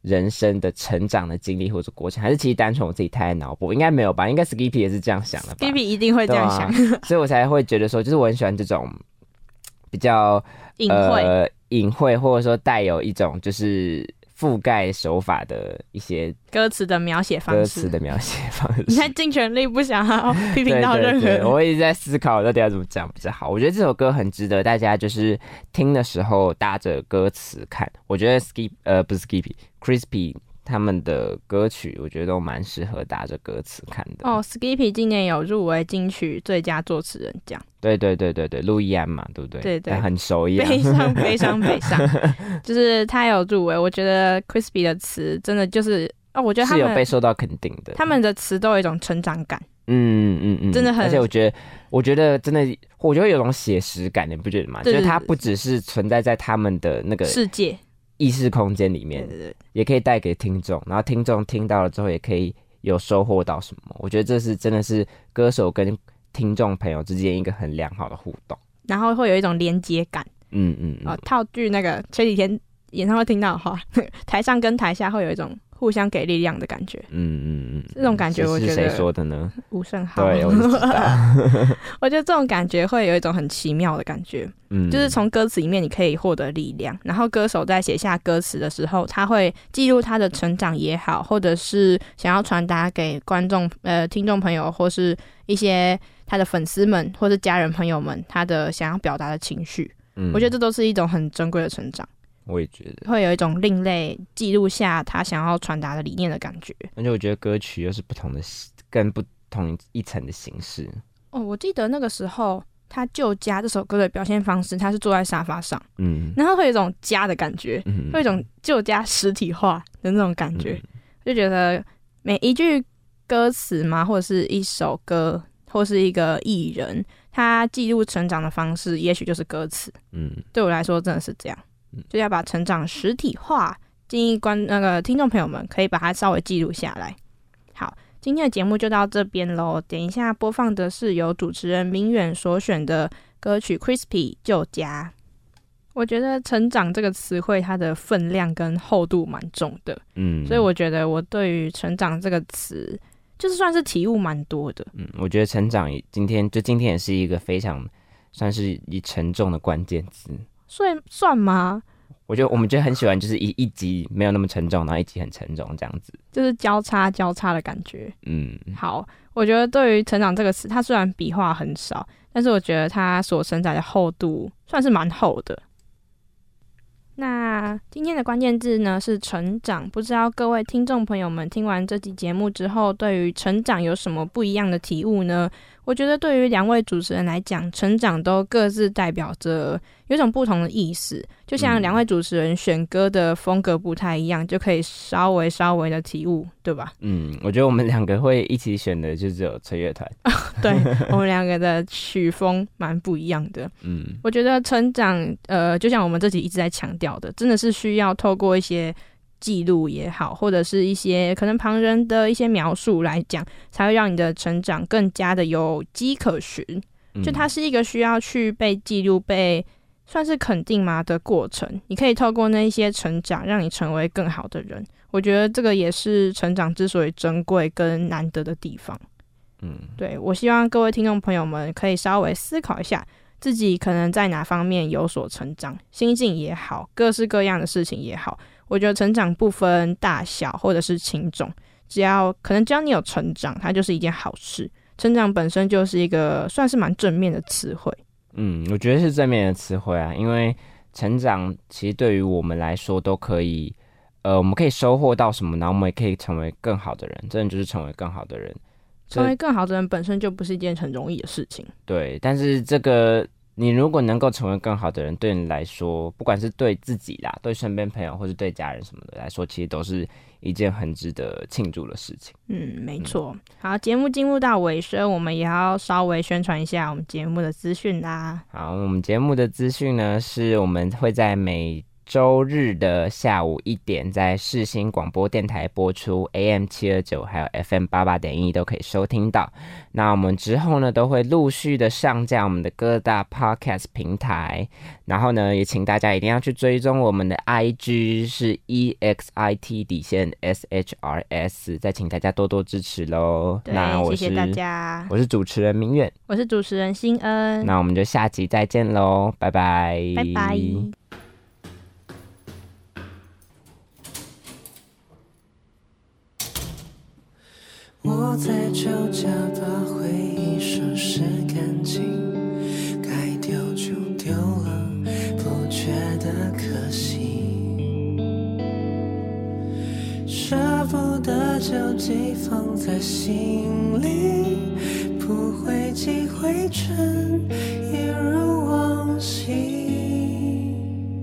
人生的成长的经历或者过程，还是其实单纯我自己太爱脑补？应该没有吧？应该 Skippy 也是这样想的吧 ？Skippy 一定会这样想， 啊、所以我才会觉得说，就是我很喜欢这种比较隐晦、 呃、隐晦，或者说带有一种就是覆盖手法的一些歌词的描写方式， 歌词的描写方式。 你在尽全力不想要批评到任何人。 对对对，我一直在思考到底要怎么讲比较好。我觉得这首歌很值得大家就是听的时候搭着歌词看。我觉得 Skip 呃不是 Skippy，Crispy 他们的歌曲，我觉得都蛮适合搭着歌词看的。 哦 ，Skippy 今年有入围金曲最佳作词人奖。对对对对对，路易安嘛，对不对？ 对对， 很熟一样。 悲伤悲伤悲伤，就是他有入围。我觉得 Crispy 的词真的就是哦，我觉得他们是有被受到肯定的。 他们的词都有一种成长感。 嗯嗯嗯， 真的很。 而且我觉得，我觉得真的，我觉得有种写实感，你不觉得吗？就是它不只是存在在他们的那个世界。 意识空间里面， 对对对， 也可以带给听众，然后听众听到了之后，也可以有收获到什么。我觉得这是真的是歌手跟听众朋友之间一个很良好的互动， 然后会有一种连接感。 嗯嗯嗯。 哦，套句那个前几天演唱会听到的话，台上跟台下会有一种互相给力量的感觉。 嗯嗯嗯， 这种感觉我觉得是谁说的呢？ 吴胜浩。 对，我知道。 我觉得这种感觉会有一种很奇妙的感觉，嗯，就是从歌词里面你可以获得力量，然后歌手在写下歌词的时候，他会记录他的成长也好，或者是想要传达给观众、呃听众朋友，或是一些他的粉丝们或是家人朋友们，他的想要表达的情绪。嗯，我觉得这都是一种很珍贵的成长。 我也觉得会有一种另类记录下他想要传达的理念的感觉， 而且我觉得歌曲又是不同的更不同一层的形式。 哦，我记得那个时候他旧家这首歌的表现方式，他是坐在沙发上，嗯，然后会有一种家的感觉，嗯，会有一种旧家实体化的那种感觉，嗯，就觉得每一句歌词嘛，或者是一首歌，或是一个艺人，他记录成长的方式，也许就是歌词，嗯，对我来说真的是这样。就要把成长实体化，建议观那个听众朋友们可以把它稍微记录下来。好，今天的节目就到这边咯。等一下播放的是由主持人明远所选的歌曲 Crispy 旧家。我觉得成长这个词汇它的分量跟厚度蛮重的，嗯，所以我觉得我对于成长这个词就是算是体悟蛮多的。 嗯，我觉得成长今天就今天也是一个非常算是一沉重的关键字。 所以算吗？ 我觉得我们就很喜欢，就是一一集没有那么沉重，然后一集很沉重这样子， 就是交叉交叉的感觉。嗯，好，我觉得对于成长这个词，它虽然笔画很少，但是我觉得它所承载的厚度算是蛮厚的。那今天的关键字呢是成长，不知道各位听众朋友们听完这集节目之后，对于成长有什么不一样的体悟呢？我觉得对于两位主持人来讲，成长都各自代表着有种不同的意思，就像两位主持人选歌的风格不太一样，就可以稍微稍微的体悟，对吧？ 嗯，我觉得我们两个会一起选的就只有吹乐团。 对，我们两个的曲风蛮不一样的。嗯，我觉得成长，呃，就像我们这集一直在强调的，真的是需要透过一些记录也好，或者是一些可能旁人的一些描述来讲，才会让你的成长更加的有迹可循。就它是一个需要去被记录、被算是肯定嘛的过程。你可以透过那一些成长，让你成为更好的人。我觉得这个也是成长之所以珍贵跟难得的地方。嗯，对，我希望各位听众朋友们可以稍微思考一下，自己可能在哪方面有所成长，心境也好，各式各样的事情也好。我觉得成长不分大小或者是轻重，只要可能只要你有成长，它就是一件好事。成长本身就是一个算是蛮正面的词汇。 嗯，我觉得是正面的词汇啊，因为成长其实对于我们来说都可以，呃，我们可以收获到什么，然后我们也可以成为更好的人，真的就是成为更好的人。 成为更好的人本身就不是一件很容易的事情。 对，但是这个你如果能够成为更好的人，对你来说，不管是对自己啦，对身边朋友或是对家人什么的来说，其实都是一件很值得庆祝的事情。 嗯，没错。嗯、好，节目进入到尾声，我们也要稍微宣传一下我们节目的资讯啦。 好，我们节目的资讯呢，是我们会在每周日的下午一点在世新广播电台播出 A M 七二九 还有 F M 八八点一 都可以收听到。那我们之后呢都会陆续的上架我们的各大 Podcast 平台，然后呢也请大家一定要去追踪我们的 I G 是 E X I T 底线 S H R S， 再请大家多多支持咯。那我是谢谢大家， 我是主持人明远， 我是主持人欣恩， 那我们就下集再见咯，拜拜拜拜。 我在酒家把回忆收拾干净，该丢就丢了，不觉得可惜，舍不得就寄放在心里，不会积灰尘，一如往昔。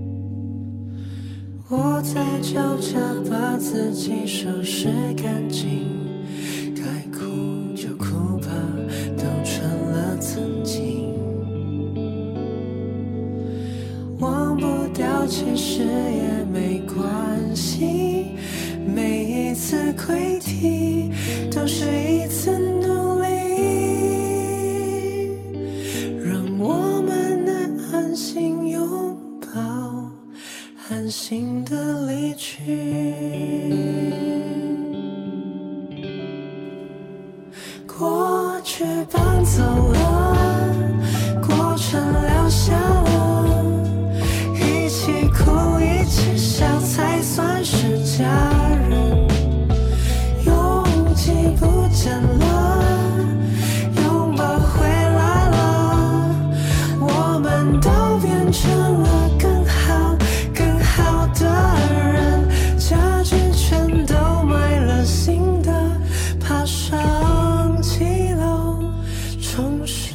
我在酒家把自己收拾干净，该哭就哭吧，都成了曾经。忘不掉其实也没关系，每一次溃堤都是一次努力，让我们能安心拥抱，安心的离去。过去搬走了，过程留下了，一起哭一起笑才算是家人。拥挤不见了，拥抱回来了，我们都变成了更好更好的人，家具全都买了新的，爬上七楼重生。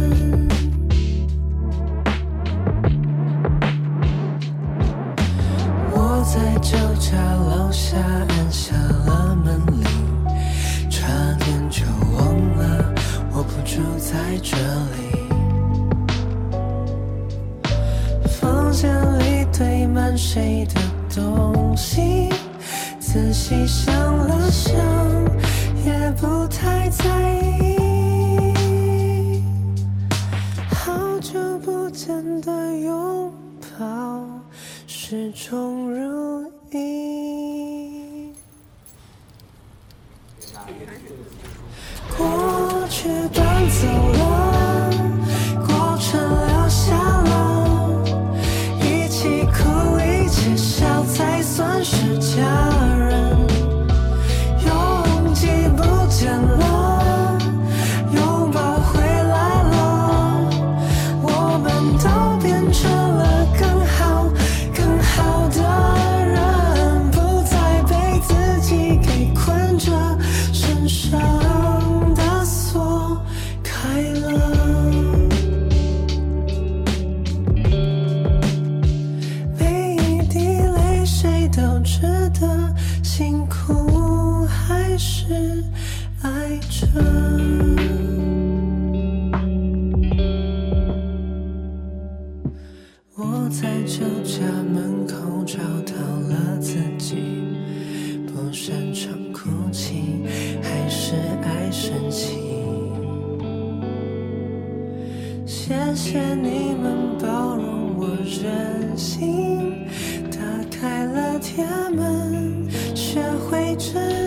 我在酒家楼下按下了门铃，差点就忘了我不住在这里。房间里堆满谁的东西，仔细想了想也不太在意，好久不见的拥抱始终如一。过去搬走了，过程留下了，一起哭一起笑才算是家人。拥挤不见了，拥抱回来了，我们都变成了更好更好的人，不再被自己给困着，身上的锁开了。每一滴泪水都值得，辛苦还是爱着。我在酒家门口找到了自己，不擅长哭泣，还是爱生气。谢谢你们包容我任性，打开了铁门，学会珍